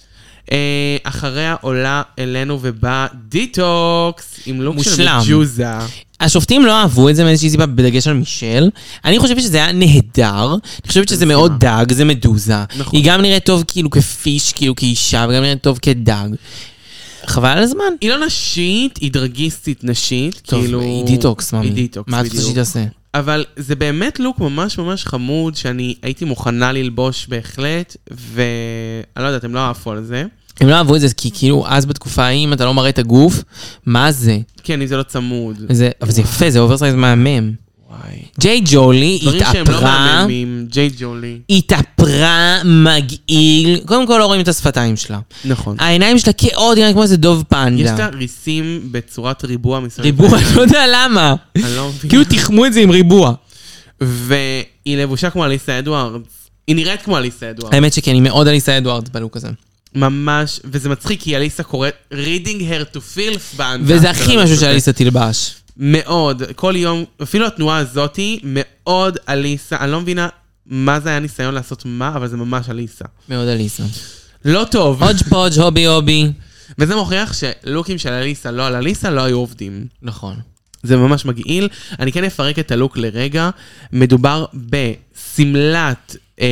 C: אחריה עולה אלינו ובא דיטוקס, עם לוק של ג'וזה.
B: השופטים לא אהבו את זה מאיזושהי סיבה, בדגש על מישל. אני חושבת שזה היה נהדר. אני חושבת שזה מאוד דג, זה מדוזה. היא גם נראית טוב כאילו כפיש, כאילו כאישה, וגם נראית טוב כדג. חבל על הזמן.
C: היא לא נשית, היא דרגיסטית נשית.
B: טוב, היא דיטוקס, מאמי.
C: היא דיטוקס,
B: מה את חושבת שהיא תעשה?
C: אבל זה באמת לוק ממש ממש חמוד, שאני הייתי מוכנה ללבוש בהחלט, ואני לא יודעת, הם לא אהבו על זה.
B: הם לא אהבו את זה, כי כאילו אז בתקופה ההיא, אם אתה לא מראה את הגוף, מה זה?
C: כן, אם זה לא צמוד.
B: זה, אבל זה יפה, זה אוברסייז מהמם. ג'יי ג'ולי התאפרה...
C: דברים שהם לא מהממים, ג'יי ג'ולי.
B: התאפרה מגעיל. קודם כל לא רואים את השפתיים שלה.
C: נכון.
B: העיניים שלה כאוד, כמו איזה דוב פנדה.
C: יש לה ריסים בצורת ריבוע מסוים.
B: ריבוע, אני לא יודע למה.
C: אני לא מבין.
B: כאילו תחמו את זה עם ריבוע.
C: והיא לבושה כמו אליסה אדוארדס. היא נראית כמו אליסה אדוארדס.
B: האמת שכן, היא מאוד אליסה אדוארדס בלוק הזה.
C: ממש, וזה מצחיק, כי אליסה קוראת reading her to filth באנדה.
B: וזה הכי משהו שאליסה תלבש.
C: מאוד, כל יום, אפילו התנועה הזאת היא מאוד אליסה, אני לא מבינה מה זה היה ניסיון לעשות מה, אבל זה ממש אליסה.
B: מאוד אליסה.
C: לא טוב.
B: הודג' פודג' הובי הובי.
C: וזה מוכיח שלוקים של אליסה לא על אליסה לא היו עובדים.
B: נכון.
C: זה ממש מגעיל. אני כן אפרק את הלוק לרגע. מדובר בסמלת אה,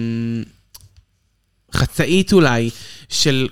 C: חצאית אולי של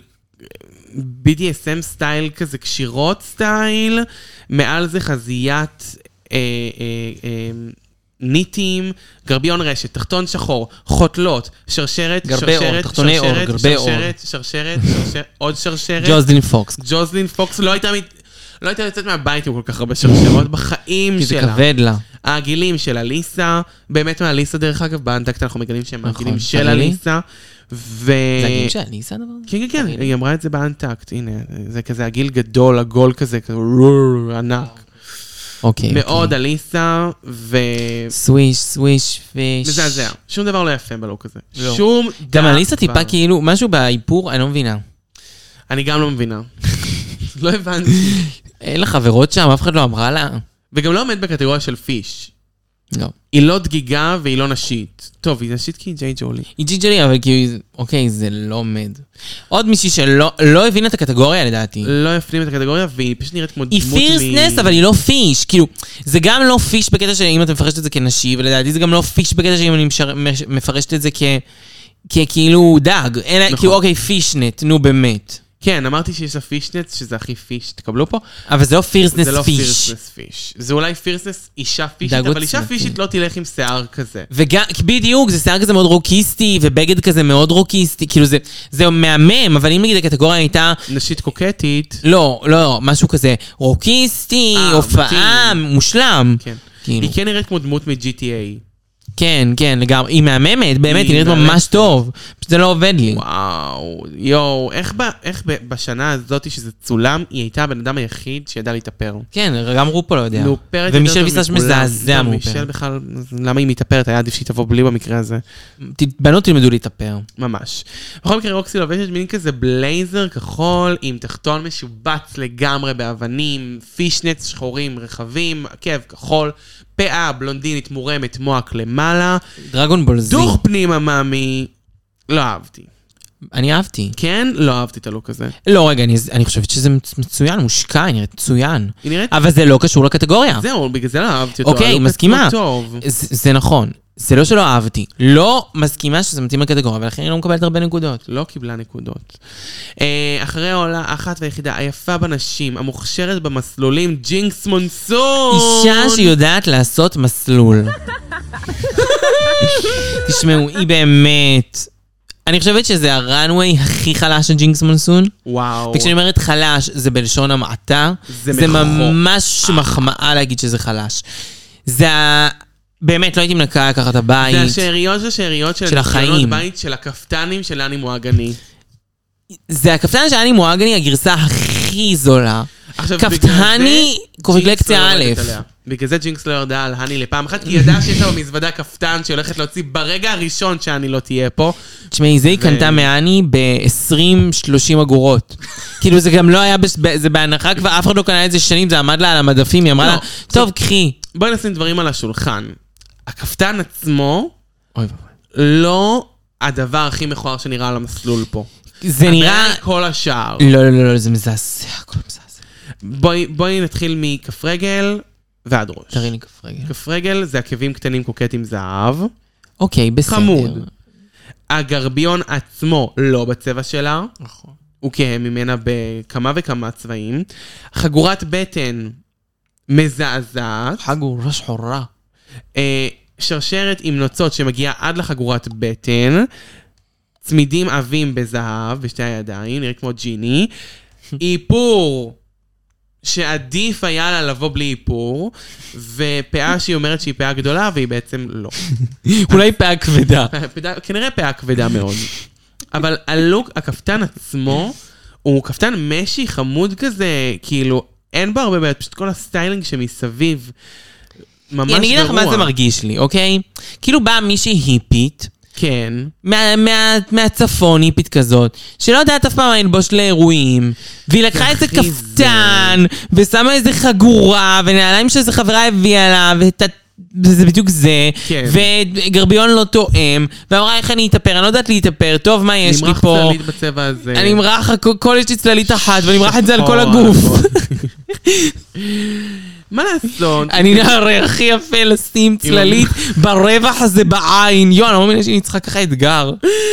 C: בי די אס אם סטייל כזה, קשירות סטייל, מעל זה חזיית אה, אה, אה, ניטים, גרביון רשת, תחתון שחור, חוטלות, שרשרת,
B: גרבי
C: שרשרת,
B: אור, תחתוני אור,
C: שרשרת,
B: גרבי אור.
C: שרשרת, שרשרת, שרשרת, עוד שרשרת.
B: ג'וזלין פוקס.
C: ג'וזלין פוקס לא הייתה, לא הייתה יוצאת מהבית עם כל כך הרבה שרשרות בחיים
B: כי
C: שלה.
B: זה כבד לה.
C: העגילים של אליסה, באמת מהליסה דרך אגב, באנטקט אנחנו מגלים שהם
B: נכון,
C: העגילים של
B: תראי.
C: אליסה. ו...
B: זה הגיל של אליסה הדבר?
C: כן, כן, כן, היא אמרה את זה באנטקט, הנה, זה כזה הגיל גדול, עגול כזה, כזה רור, ענק.
B: אוקיי.
C: מאוד אליסה, ו...
B: סוויש, סוויש, פיש.
C: מזעזע. שום דבר לא יפה בלוק הזה.
B: לא.
C: שום דבר.
B: גם אליסה טיפה כאילו, משהו באיפור, אני לא מבינה.
C: אני גם לא מבינה. לא הבנתי.
B: אין לה חברות שם, אף אחד לא אמרה לה.
C: וגם לא עומד בקטגוריה של פיש.
B: לא.
C: היא לא דגיגה והיא לא נשית. טוב, היא נשית כי היא ג'יי ג'ולי.
B: היא ג'י ג'ולי, אבל כאילו, אוקיי, זה לא עומד. עוד מישהי שלא לא הבינה את הקטגוריה, לדעתי.
C: לא הפנים את הקטגוריה, והיא פשוט נראית כמו דמות
B: היא פירסנס, אבל היא לא פיש. כאילו, זה גם לא פיש בקטע שאם אתה מפרשת את זה כנשי, ולדעתי זה גם לא פיש בקטע שאם אני מפרשת את זה ככאילו דג. אלא, כאילו, אוקיי, פישנט, נו באמת.
C: כן, אמרתי שיש לה פישנט, שזה הכי פיש, תקבלו פה.
B: אבל זה לא פירסנס
C: זה לא
B: פיש.
C: פירסנס פיש. זה אולי פירסנס אישה פישית,
B: דגות
C: אבל אישה
B: צמתי.
C: פישית לא תלך עם שיער כזה.
B: וגם, בדיוק, זה שיער כזה מאוד רוקיסטי, ובגד כזה מאוד רוקיסטי, כאילו זה, זה מהמם, אבל אם נגיד הקטגוריה הייתה,
C: נשית קוקטית.
B: לא, לא, משהו כזה רוקיסטי,
C: אה,
B: הופעה, מושלם.
C: כן.
B: כאילו.
C: היא כן נראית כמו דמות מ-ג'י טי איי.
B: כן, כן, לגמרי, היא מהממת, באמת,
C: היא
B: היא נראית ממש
C: מאלצת.
B: טוב, פשוט זה לא עובד לי.
C: וואו, יואו, איך, ב, איך ב, בשנה הזאת שזה צולם, היא הייתה הבן אדם היחיד שידע להתאפר.
B: כן, גם רופו לא יודע.
C: מאופרת
B: ומישל
C: יותר טוב
B: ויסאז'
C: מכולם.
B: מזעזע
C: לא,
B: מאופרת.
C: מישל בכלל, למה היא מתאפרת? היה עדיף שהיא תבוא בלי במקרה הזה.
B: בנות תלמדו להתאפר.
C: ממש. בכל מקרה, רוקסי לובשת מין כזה בלייזר כחול, עם תחתון משובץ לגמרי באבנים, פישנץ שחורים רחבים, עקב כחול, פאה בלונדינית מורמת מועק למעלה.
B: דרגון בול זי.
C: דוך פנימה מאמי, לא אהבתי.
B: אני אהבתי.
C: כן? לא אהבתי את הלוק הזה.
B: לא, רגע, אני, אני חושבת שזה מצוין, מושקע, היא נראית מצוין.
C: היא נראית...
B: אבל זה לא קשור לקטגוריה.
C: זהו, בגלל זה לא אהבתי אותו.
B: אוקיי,
C: הלוק
B: מסכימה.
C: עצמו טוב.
B: זה, זה נכון. זה לא שלא אהבתי. לא מסכימה שזה מתאים לקטגוריה, ולכן אני לא מקבלת הרבה נקודות.
C: לא קיבלה נקודות. אה, אחרי העולה האחת והיחידה, היפה בנשים, המוכשרת במסלולים, ג'ינקס מונסון!
B: אישה שיודעת לעשות מסלול. תשמעו, היא באמת... אני חושבת שזה הרנווי הכי חלש של ג'ינקס מונסון.
C: וואו.
B: וכשאני אומרת חלש, זה בלשון המעטה.
C: זה
B: זה
C: מחור.
B: ממש מחמאה להגיד שזה חלש. זה ה... באמת, לא הייתי מנקה לקחת את הבית.
C: זה השאריות של השאריות של,
B: של החיים.
C: ניסיונות בית של הכפתנים של אני מואגני.
B: זה הכפתן של אני מואגני, הגרסה הכי זולה.
C: עכשיו,
B: כפתני, קורקלקציה א'.
C: בגלל זה ג'ינקס לא ירדה על הני לפעם אחת, כי היא ידעה שיש לה במזוודה כפתן שהולכת להוציא ברגע הראשון שאני לא תהיה פה.
B: תשמעי, זה היא קנתה מאני ב-עשרים שלושים אגורות. כאילו זה גם לא היה, זה בהנחה כבר, אף אחד לא קנה את זה שנים, זה עמד לה על המדפים, היא אמרה לה, טוב, קחי.
C: בואי נשים דברים על השולחן. הכפתן עצמו,
B: אוי
C: לא הדבר הכי מכוער שנראה על המסלול פה.
B: זה נראה...
C: כל השאר.
B: לא, לא, לא, זה מזעזע, הכל מזעזע.
C: בואי, בואי נתחיל מכף רגל ועד ראש.
B: תראי לי כף רגל.
C: כף רגל זה עקבים קטנים קוקט עם זהב.
B: אוקיי, בסדר.
C: חמוד. הגרביון עצמו לא בצבע שלה.
B: נכון.
C: הוא כהם ממנה בכמה וכמה צבעים. חגורת בטן מזעזעת.
B: חגורה שחורה.
C: אה, שרשרת עם נוצות שמגיעה עד לחגורת בטן. צמידים עבים בזהב בשתי הידיים, נראה כמו ג'יני. איפור שעדיף היה לה לבוא בלי איפור, ופאה שהיא אומרת שהיא פאה גדולה, והיא בעצם לא.
B: אולי פאה כבדה.
C: כנראה פאה כבדה מאוד. אבל הלוק, הכפתן עצמו, הוא כפתן משי חמוד כזה, כאילו, אין בו הרבה בעיות, פשוט כל הסטיילינג שמסביב, ממש גרוע.
B: אני אגיד לך מה זה מרגיש לי, אוקיי? כאילו באה מישהי היפית,
C: כן.
B: מה, מה, מהצפון היפית כזאת, שלא יודעת אף פעם ללבוש לאירועים, והיא לקחה איזה כפתן, ושמה איזה חגורה, ונעליים שאיזה חברה הביאה לה, וזה בדיוק זה,
C: כן.
B: וגרביון לא תואם, ואמרה איך אני אתאפר, אני לא יודעת להתאפר, טוב מה יש לי פה.
C: נמרח צללית בצבע הזה.
B: אני אמרח, כל יש לי צללית אחת, ואני אמרח את זה על כל הגוף.
C: מה לעשות?
B: אני נערה הכי יפה לשים צללית ברווח הזה בעין. יו, אני לא מבינה שאני צריכה ככה אתגר.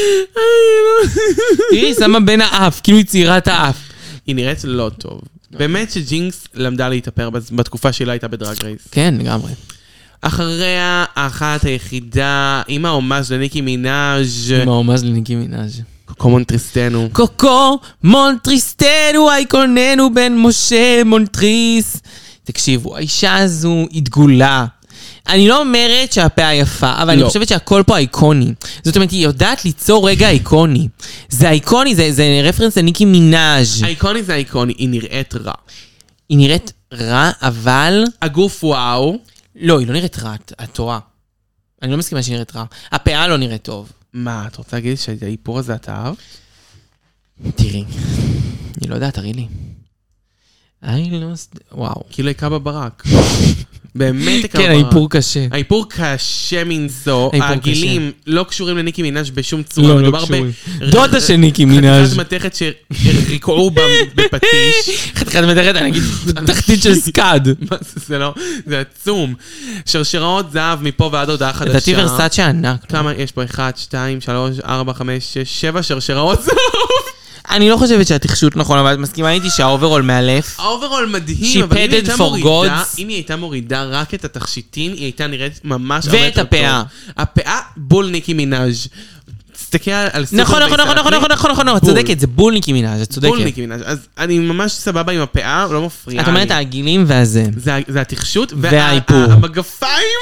B: תראי, שמה בין האף, כאילו היא ציירה את האף.
C: היא נראית לא טוב. באמת שג'ינקס למדה להתאפר בתקופה שלה הייתה בדרג רייס.
B: כן, לגמרי.
C: אחריה, האחת היחידה, עם ההומאז' לניקי מינאז'.
B: עם ההומאז' לניקי מינאז'.
C: קוקו מונטריסטנו.
B: קוקו מונטריסטנו, אייקוננו בן משה מונטריס. תקשיבו, האישה הזו היא דגולה. אני לא אומרת שהפאה יפה, אבל אני חושבת שהכל פה איקוני. זאת אומרת, היא יודעת ליצור רגע איקוני. זה איקוני, זה רפרנס לניקי מינאז'.
C: האיקוני זה האיקוני, היא נראית רע.
B: היא נראית רע, אבל...
C: הגוף וואו.
B: לא, היא לא נראית רע, את טועה. אני לא מסכימה שהיא נראית רע. הפאה לא נראית טוב.
C: מה, את רוצה להגיד שהאיפור הזה את אהב?
B: תראי. אני לא יודעת, תראי לי. I lost... וואו.
C: כאילו היקה בברק. באמת היקה בברק.
B: כן, האיפור קשה.
C: האיפור קשה מנשוא. הגילים לא קשורים לניקי מינאז' בשום צורה.
B: לא, לא קשורים. דודה של ניקי מינאז'.
C: חתיכת מתכת שריקעו בפטיש.
B: חתיכת מתכת, אני אגיד, תחתית של סקאד.
C: מה זה, זה לא, זה עצום. שרשראות זהב מפה ועד הודעה חדשה.
B: לדעתי ורסאצ'ה ענק.
C: כמה יש פה? אחת, שתיים, שלוש, ארבע, חמש, שש, שבע שרשראות זהב.
B: אני לא חושבת שהתחשות נכון, אבל את מסכימה איתי שהאוברול מאלף.
C: האוברול מדהים, אבל אם היא הייתה
B: for
C: מורידה,
B: gods.
C: אם היא הייתה מורידה רק את התכשיטים, היא הייתה נראית ממש
B: ואת הפאה.
C: הפאה בול ניקי מינאז'. תסתכל על סופר
B: נכון, נכון, נכון, נכון, נכון, נכון, נכון, צודקת, זה בול ניקי מינאז', את צודקת.
C: בול ניקי מינאז'. אז אני ממש סבבה עם הפאה, לא מפריעה לי.
B: את אומרת העגילים והזה.
C: זה התחשות,
B: והאיפור.
C: והמגפיים.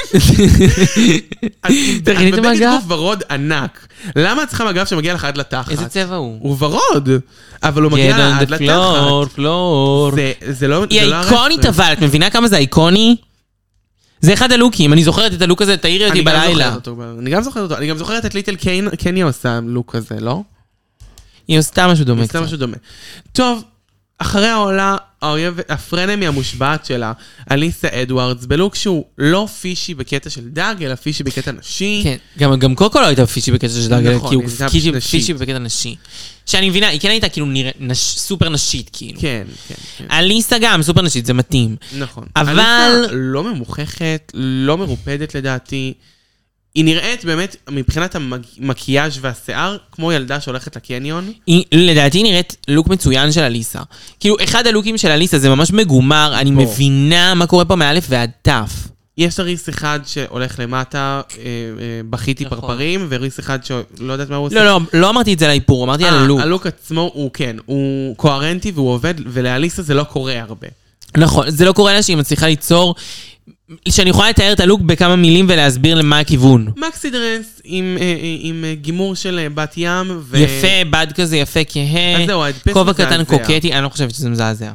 C: את
B: תראי את
C: בבגד
B: המגף?
C: גוף ורוד ענק. למה את צריכה מגף שמגיע לך עד לתחת?
B: איזה צבע הוא?
C: הוא ורוד, אבל הוא מגיע לה עד לתחת.
B: פלור, פלור.
C: זה לא...
B: היא איקונית אבל, את מבינה כמה זה איקוני? זה אחד הלוקים, אני זוכרת את הלוק הזה, תאירי אותי בלילה.
C: אני גם זוכרת אותו, אני גם זוכרת את ליטל קני עושה לוק כזה, לא?
B: היא עושה משהו דומה.
C: היא עושה משהו דומה. טוב, אחרי העולה, האויב, הפרנמי המושבעת שלה, אליסה אדוארדס, בלוק שהוא לא פישי בקטע של דג, אלא פישי בקטע נשי.
B: כן, גם, גם קוקו לא הייתה פישי בקטע של דג,
C: נכון,
B: כי הוא
C: היא
B: פישי, פישי בקטע נשי. שאני מבינה, היא כן הייתה כאילו נרא, נש, סופר נשית, כאילו.
C: כן, כן, כן.
B: אליסה גם סופר נשית, זה מתאים.
C: נכון.
B: אבל...
C: אליסה לא ממוחכת, לא מרופדת לדעתי. היא נראית באמת, מבחינת המקיאז' והשיער, כמו ילדה שהולכת לקניון.
B: היא, לדעתי היא נראית לוק מצוין של אליסה. כאילו, אחד הלוקים של אליסה זה ממש מגומר, אני מבינה מה קורה פה מאלף ועד תף.
C: יש הריס אחד שהולך למטה, בכיתי פרפרים, וריס אחד שלא יודעת מה הוא עושה.
B: לא, לא, לא אמרתי את זה על האיפור, אמרתי על הלוק.
C: הלוק עצמו הוא כן, הוא קוהרנטי והוא עובד, ולאליסה זה לא קורה הרבה.
B: נכון, זה לא קורה לה שהיא מצליחה ליצור, שאני יכולה לתאר את הלוק בכמה מילים ולהסביר למה הכיוון.
C: מקסי דרס עם, עם גימור של בת ים. ו...
B: יפה, בד כזה יפה כהה, כובע קטן קוקטי, אני לא חושבת שזה מזעזע.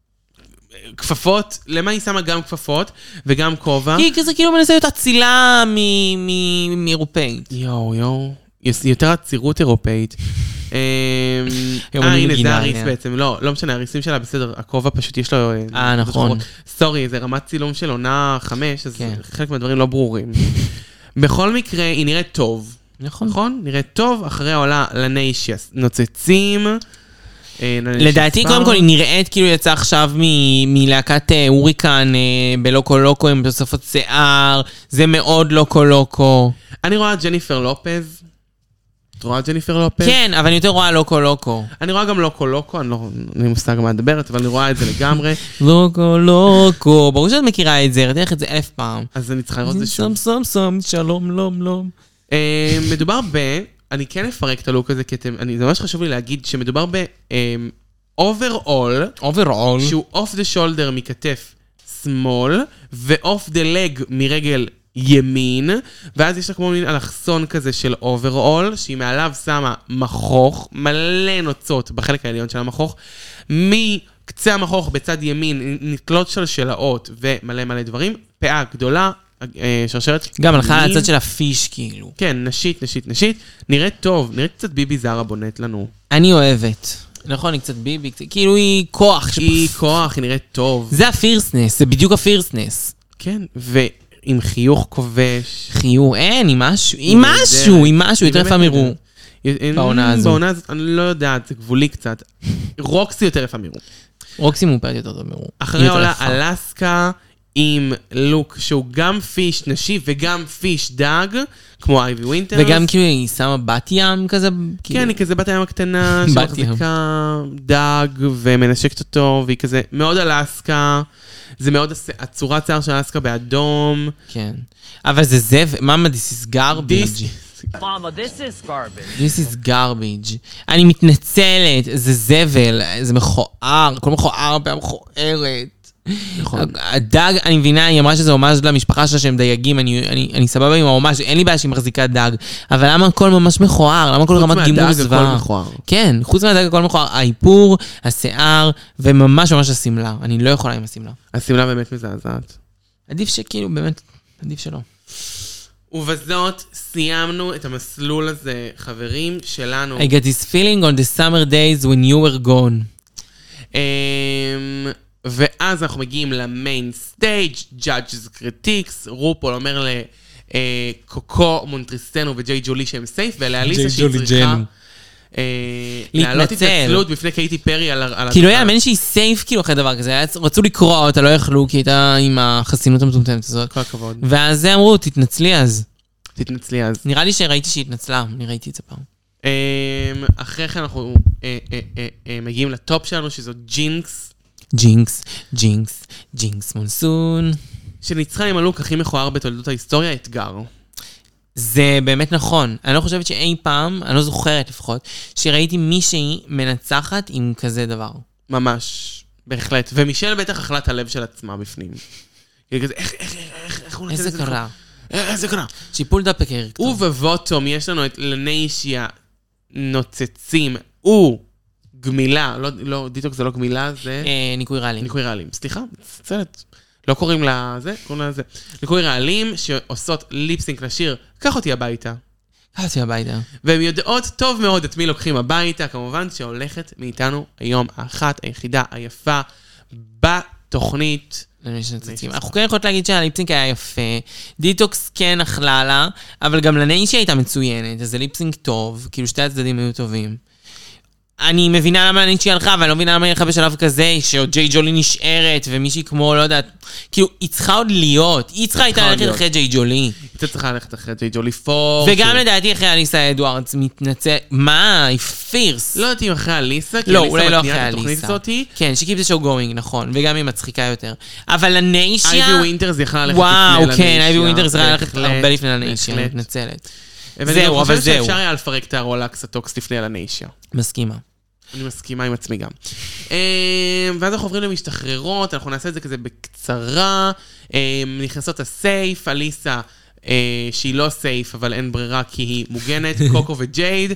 C: כפפות, למה היא שמה גם כפפות וגם כובע?
B: כי כזה כאילו מנסה להיות אצילה מאירופאית.
C: יואו, יואו. יותר עצירות אירופאית. אה, הנה, זה הריס בעצם. לא, לא משנה, הריסים שלה בסדר. הכובע פשוט יש לו...
B: אה, נכון.
C: סורי, זה רמת צילום של עונה חמש, אז חלק מהדברים לא ברורים. בכל מקרה, היא נראית טוב.
B: נכון.
C: נכון? נראית טוב, אחרי העולה לניישיאס. נוצצים...
B: לדעתי, קודם כל, היא נראית כאילו יצאה עכשיו מלהקת הוריקן בלוקו לוקו עם תוספות שיער, זה מאוד לוקו לוקו.
C: אני רואה ג'ניפר לופז. את רואה ג'ניפר לופז?
B: כן, אבל אני יותר רואה לוקו לוקו.
C: אני רואה גם לוקו לוקו, אני לא מושג מה מדברת, אבל אני רואה את זה לגמרי.
B: לוקו לוקו, ברור שאת מכירה את זה, ראיתי לך את זה אלף פעם.
C: אז אני צריכה לראות את זה שוב.
B: סום סום סום, שלום לום לום.
C: מדובר ב... אני כן אפרק את הלוק הזה, כי אתם, אני, זה ממש חשוב לי להגיד שמדובר ב-overall,
B: overall,
C: שהוא off the shoulder מכתף שמאל, ו-off the leg מרגל ימין, ואז יש לה כמו מין אלכסון כזה של overall, שהיא מעליו שמה מחוך, מלא נוצות בחלק העליון של המחוך, מקצה המחוך בצד ימין, נתלות שלשלאות ומלא מלא דברים, פאה גדולה, שרשרת.
B: גם הלכה על הצד של הפיש כאילו.
C: כן, נשית, נשית, נשית. נראית טוב, נראית קצת ביבי זרה בונט לנו.
B: אני אוהבת. נכון, היא קצת ביבי, כאילו היא כוח.
C: היא כוח, היא נראית טוב.
B: זה הפירסנס, זה בדיוק הפירסנס.
C: כן, ועם חיוך כובש.
B: חיוך, אין, עם משהו, עם משהו, עם משהו, יותר יפה מרו. בעונה הזו.
C: בעונה הזאת, אני לא יודעת, זה גבולי קצת. רוקסי יותר יפה מרו.
B: רוקסי מופעת יותר טוב מרו.
C: אחרי עולה אלסקה, עם לוק שהוא גם פיש נשי וגם פיש דג, כמו אייבי ווינטרס.
B: וגם כאילו היא שמה בת ים כזה.
C: כן, היא כזה בת ים הקטנה, שמחזיקה דג ומנשקת אותו, והיא כזה מאוד אלסקה. זה מאוד, הצורת שיער של אלסקה באדום.
B: כן. אבל זה זה, מאמה, this is garbage.
E: Mama, this is garbage.
B: This is garbage. אני מתנצלת, זה זבל, זה מכוער, כל מכוער פעם מכוערת. הדג, אני מבינה, היא אמרה שזה הומאז' למשפחה שלה שהם דייגים, אני, אני, אני סבבה עם ההומאז', אין לי בעיה שהיא מחזיקה דג, אבל למה הכל ממש מכוער? למה כל רמת גימור זווה? כן, חוץ מהדג הכל מכוער, האיפור, השיער, וממש ממש הסמלה. אני לא יכולה עם הסמלה.
C: הסמלה באמת מזעזעת.
B: עדיף שכאילו, באמת, עדיף שלא.
C: ובזאת סיימנו את המסלול הזה, חברים שלנו.
B: I got this feeling on the summer days when you were gone.
C: ואז אנחנו מגיעים למיין סטייג', Judges Critics, רופול אומר לקוקו, מונטריסטנו וג'יי ג'ולי שהם סייף, ולאליסה שהיא צריכה להעלות התנצלות בפני קייטי פרי על ה...
B: כי לא יאמן שהיא סייף כאילו אחרי דבר כזה, רצו לקרוא אותה, לא יכלו, כי הייתה עם החסינות המטומטמת הזאת.
C: כל הכבוד.
B: ואז זה אמרו, תתנצלי אז.
C: תתנצלי אז.
B: נראה לי שראיתי שהיא התנצלה, אני ראיתי את זה פעם.
C: אחרי כן אנחנו מגיעים לטופ שלנו, שזו ג'ינקס.
B: ג'ינקס, ג'ינקס, ג'ינקס מונסון.
C: שניצחה עם הלוק הכי מכוער בתולדות ההיסטוריה, אתגר.
B: זה באמת נכון. אני לא חושבת שאי פעם, אני לא זוכרת לפחות, שראיתי מישהי מנצחת עם כזה דבר.
C: ממש, בהחלט. ומישל בטח אכלה את הלב של עצמה בפנים. כזה, איך, איך, איך, איך הוא נתן
B: איזה קרה?
C: איזה קרה?
B: שיפול דפקר.
C: ובבוטום יש לנו את לניישיה נוצצים. הוא גמילה, לא, לא, דיטוק זה לא גמילה, זה...
B: ניקוי רעלים.
C: ניקוי רעלים, סליחה, מצטערת. לא קוראים לה זה, קוראים לה זה. ניקוי רעלים שעושות ליפסינק לשיר, קח אותי הביתה.
B: קח אותי הביתה.
C: והן יודעות טוב מאוד את מי לוקחים הביתה, כמובן שהולכת מאיתנו היום האחת, היחידה, היפה, בתוכנית.
B: אנחנו כן יכולות להגיד שהליפסינק היה יפה, דיטוקס כן אכלה לה, אבל גם לניישיה הייתה מצוינת, אז זה ליפסינק טוב, כאילו שתי הצדדים היו טובים. אני מבינה למה ניצ'י הלכה, אבל אני לא מבינה למה היא הלכה בשלב כזה, שעוד ג'יי ג'ולי נשארת, ומישהי כמו, לא יודעת, כאילו, היא צריכה עוד להיות, היא צריכה הייתה ללכת אחרי ג'יי ג'ולי.
C: היא הייתה צריכה ללכת אחרי ג'יי ג'ולי פור.
B: וגם לדעתי אחרי אליסה אדוארדס מתנצל, מה? היא פירס.
C: לא יודעת אם אחרי אליסה, כי
B: לא,
C: אליסה
B: אולי לא
C: מתניעה
B: אחרי
C: את התוכנית
B: אליסה.
C: הזאתי.
B: כן, ש-keep the show going, נכון, וגם היא מצחיקה יותר. אבל לניישיה...
C: אייבי ווינטרס יכלה ללכת לפני
B: וואו,
C: לניישיה.
B: כן, אייבי ווינטרס יכלה ללכת
C: בהחלט,
B: הרבה לפני לניישיה, אני
C: בהחלט.
B: מתנצלת.
C: זהו,
B: אבל
C: אני חושב
B: זהו.
C: שאפשר היה לפרק את הרולקס הטוקס לפני הלניישיה.
B: מסכימה.
C: אני מסכימה עם עצמי גם. ואז אנחנו עוברים למשתחררות, אנחנו נעשה את זה כזה בקצרה. נכנסות הסייף, אליסה, שהיא לא סייף, אבל אין ברירה כי היא מוגנת, קוקו וג'ייד.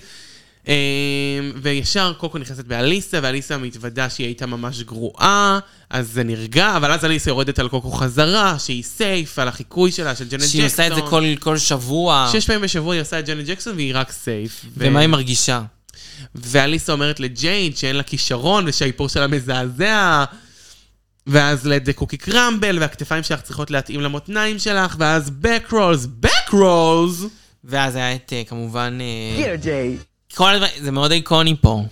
C: וישר קוקו נכנסת באליסה, ואליסה מתוודה שהיא הייתה ממש גרועה, אז זה נרגע, אבל אז אליסה יורדת על קוקו חזרה, שהיא סייף, על החיקוי שלה, של ג'נט ג'קסון.
B: שהיא עושה את זה כל, כל שבוע.
C: שש פעמים בשבוע היא עושה את ג'נט ג'קסון, והיא רק סייף.
B: ומה היא מרגישה?
C: ואליסה אומרת לג'ייד שאין לה כישרון, ושהאיפור שלה מזעזע, ואז לד קוקי קרמבל, והכתפיים שלך צריכות להתאים למותניים שלך, ואז back rolls, back rolls!
B: ואז היה את, כמובן...
E: Here, Jay.
B: כל הדבר, זה מאוד איקוני פה.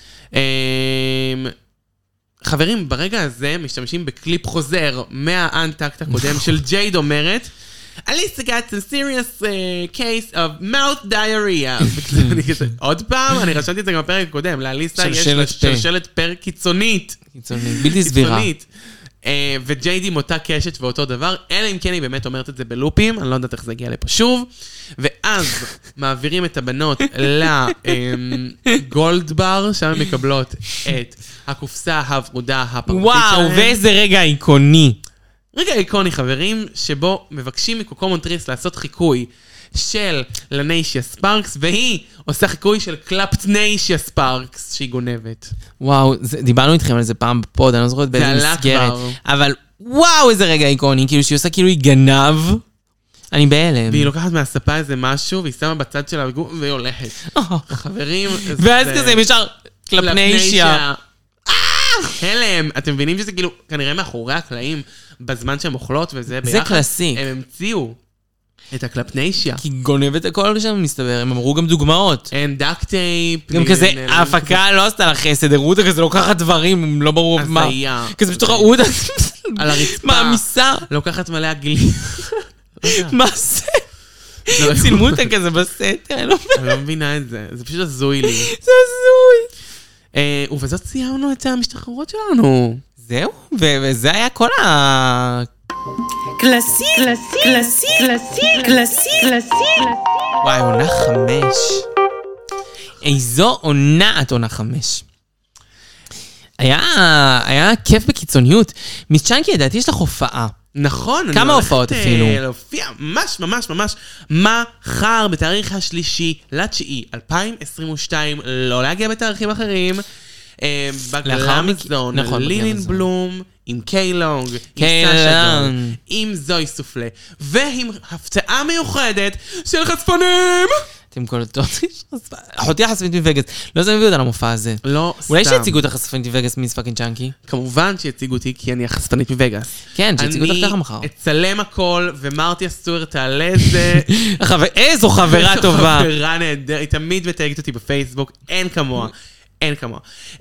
C: חברים, ברגע הזה משתמשים בקליפ חוזר מהאנטקט הקודם של ג'ייד אומרת, Alyssa got a serious uh, case of mouth diarrhea. עוד פעם, אני רשמתי את זה גם בפרק הקודם, לאליסה יש שלשלת פר קיצונית.
B: קיצונית, בלתי סבירה.
C: וג'ייד עם אותה קשת ואותו דבר, אלא אם כן היא באמת אומרת את זה בלופים, אני לא יודעת איך זה הגיע לפה שוב, ואז מעבירים את הבנות לגולדבר, שם הן מקבלות את הקופסה הוורודה הפרטית שלהם.
B: וואו, ואיזה רגע איקוני.
C: רגע איקוני, חברים, שבו מבקשים מקוקו מונטריס לעשות חיקוי של לניישיה ספארקס, והיא עושה חיקוי של קלפטניישיה ספארקס, שהיא גונבת.
B: וואו, זה, דיברנו איתכם על זה פעם בפוד, אני לא זוכרת באיזה מסגרת.
C: כבר.
B: אבל וואו, איזה רגע איקוני, כאילו שהיא עושה כאילו היא גנב. אני בהלם.
C: והיא לוקחת מהספה איזה משהו, והיא שמה בצד שלה בגוף, והיא הולכת. חברים,
B: ואז
C: זה-
B: כזה, ישר קלפטניישיה.
C: הלם, אתם מבינים שזה כאילו, כנראה מאחורי הקלעים, בזמן שהן אוכלות וזה ביחד.
B: זה קלאסי.
C: הם המציאו את הקלפניישיה.
B: כי גונבת הכל שם, מסתבר, הם אמרו גם דוגמאות.
C: אין דאקט טייפ.
B: גם כזה, ההפקה לא עשתה לה חסד, הראו אותה כזה לוקחת דברים, לא ברור מה.
C: הזיה.
B: כזה פשוט ראו אותה
C: על הרצפה.
B: מעמיסה.
C: לוקחת מלא עגלים.
B: מה זה? צילמו אותה כזה בסתר, אני לא מבינה.
C: אני לא מבינה את זה, זה פשוט הזוי לי.
B: זה הזוי.
C: אה, ובזאת סיימנו את המשתחררות שלנו.
B: זהו, ו- וזה היה כל ה...
A: קלאסי, קלאסי, קלאסי, קלאסי, קלאסי, קלאסי.
B: וואי, עונה חמש. איזו עונה את עונה חמש. היה, היה כיף בקיצוניות. מיס צ'אנקי, ידעתי, יש לך הופעה.
C: נכון. אני
B: כמה
C: הולכת,
B: הופעות
C: אה,
B: אפילו?
C: להופיע ממש ממש ממש מחר בתאריך השלישי לתשיעי אלפיים עשרים ושתיים, לא להגיע בתאריכים אחרים. אה, בגלמזון,
B: נכון,
C: לינין
B: בגלמזון.
C: בלום, עם קיילונג, עם
B: קיי
C: סאשה
B: לונג.
C: דון, עם זוי סופלה, ועם הפתעה מיוחדת של חשפנים.
B: אתם קולטות? אחותי החשפנית מווגאס. לא זה מביא אותה למופע הזה.
C: לא סתם.
B: אולי שיציגו את החשפנית מווגאס מיס פאקינג צ'אנקי?
C: כמובן שיציגו אותי כי אני החשפנית מווגאס.
B: כן, שיציגו אותך ככה מחר.
C: אני אצלם הכל, ומרתי אסטואר תעלה את זה.
B: איזו חברה טובה.
C: חברה נהדרת, היא תמיד מתייגת אותי בפייסבוק, אין כמוה. אין כמוה.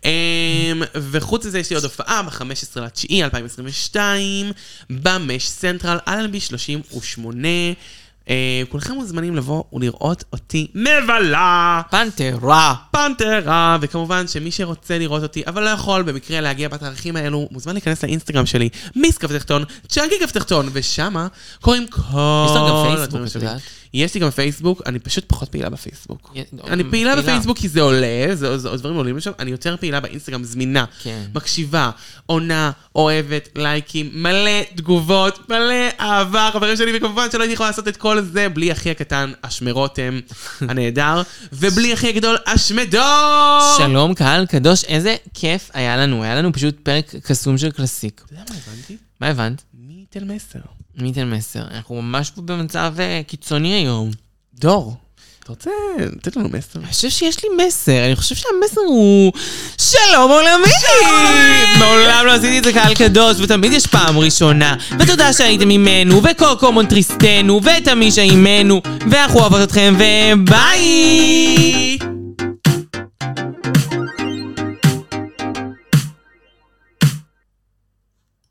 C: וחוץ לזה יש לי עוד הופעה ב-חמישה עשר לתשיעי אלפיים עשרים ושתיים, במש סנטרל, אלנבי שלושים ושמונה. כולכם מוזמנים לבוא ולראות אותי מבלה.
B: פנתרה.
C: פנתרה, וכמובן שמי שרוצה לראות אותי, אבל לא יכול במקרה להגיע בתאריכים האלו, מוזמן להיכנס לאינסטגרם שלי, מיס כף תחתון, צ'אנקי כף תחתון, ושמה קוראים כל...
B: יש לך גם פייסבוק,
C: הדברים
B: את
C: שלי.
B: יודעת?
C: יש לי גם פייסבוק, אני פשוט פחות פעילה בפייסבוק.
B: י-
C: אני פעילה
B: פעילה.
C: בפייסבוק כי זה עולה, זה, זה, דברים עולים לשם, אני יותר פעילה באינסטגרם, זמינה,
B: כן.
C: מקשיבה, עונה, אוהבת, לייקים, מלא תגובות, מלא אהבה, חברים שלי, וכמובן שלא הייתי יכולה לעשות את כל זה בלי אחי הקטן, אשמרותם הנהדר, ובלי אחי הגדול, אשמדו!
B: שלום קהל קדוש, איזה כיף היה לנו. היה לנו פשוט פרק קסום של קלאסיק.
C: אתה יודע מה הבנתי?
B: מה הבנת?
C: מי תל מסר?
B: מי ייתן מסר? אנחנו ממש פה במצב אה, קיצוני היום.
C: דור, אתה רוצה לתת לנו מסר?
B: אני חושב שיש לי מסר, אני חושב שהמסר הוא שלום עולמי! מעולם לא עשיתי את זה קהל קדוש, ותמיד יש פעם ראשונה. ותודה שהייתם עמנו, וקוקו מונטריסטנו, ותמישה עמנו, ואנחנו אוהבות אתכם, וביי!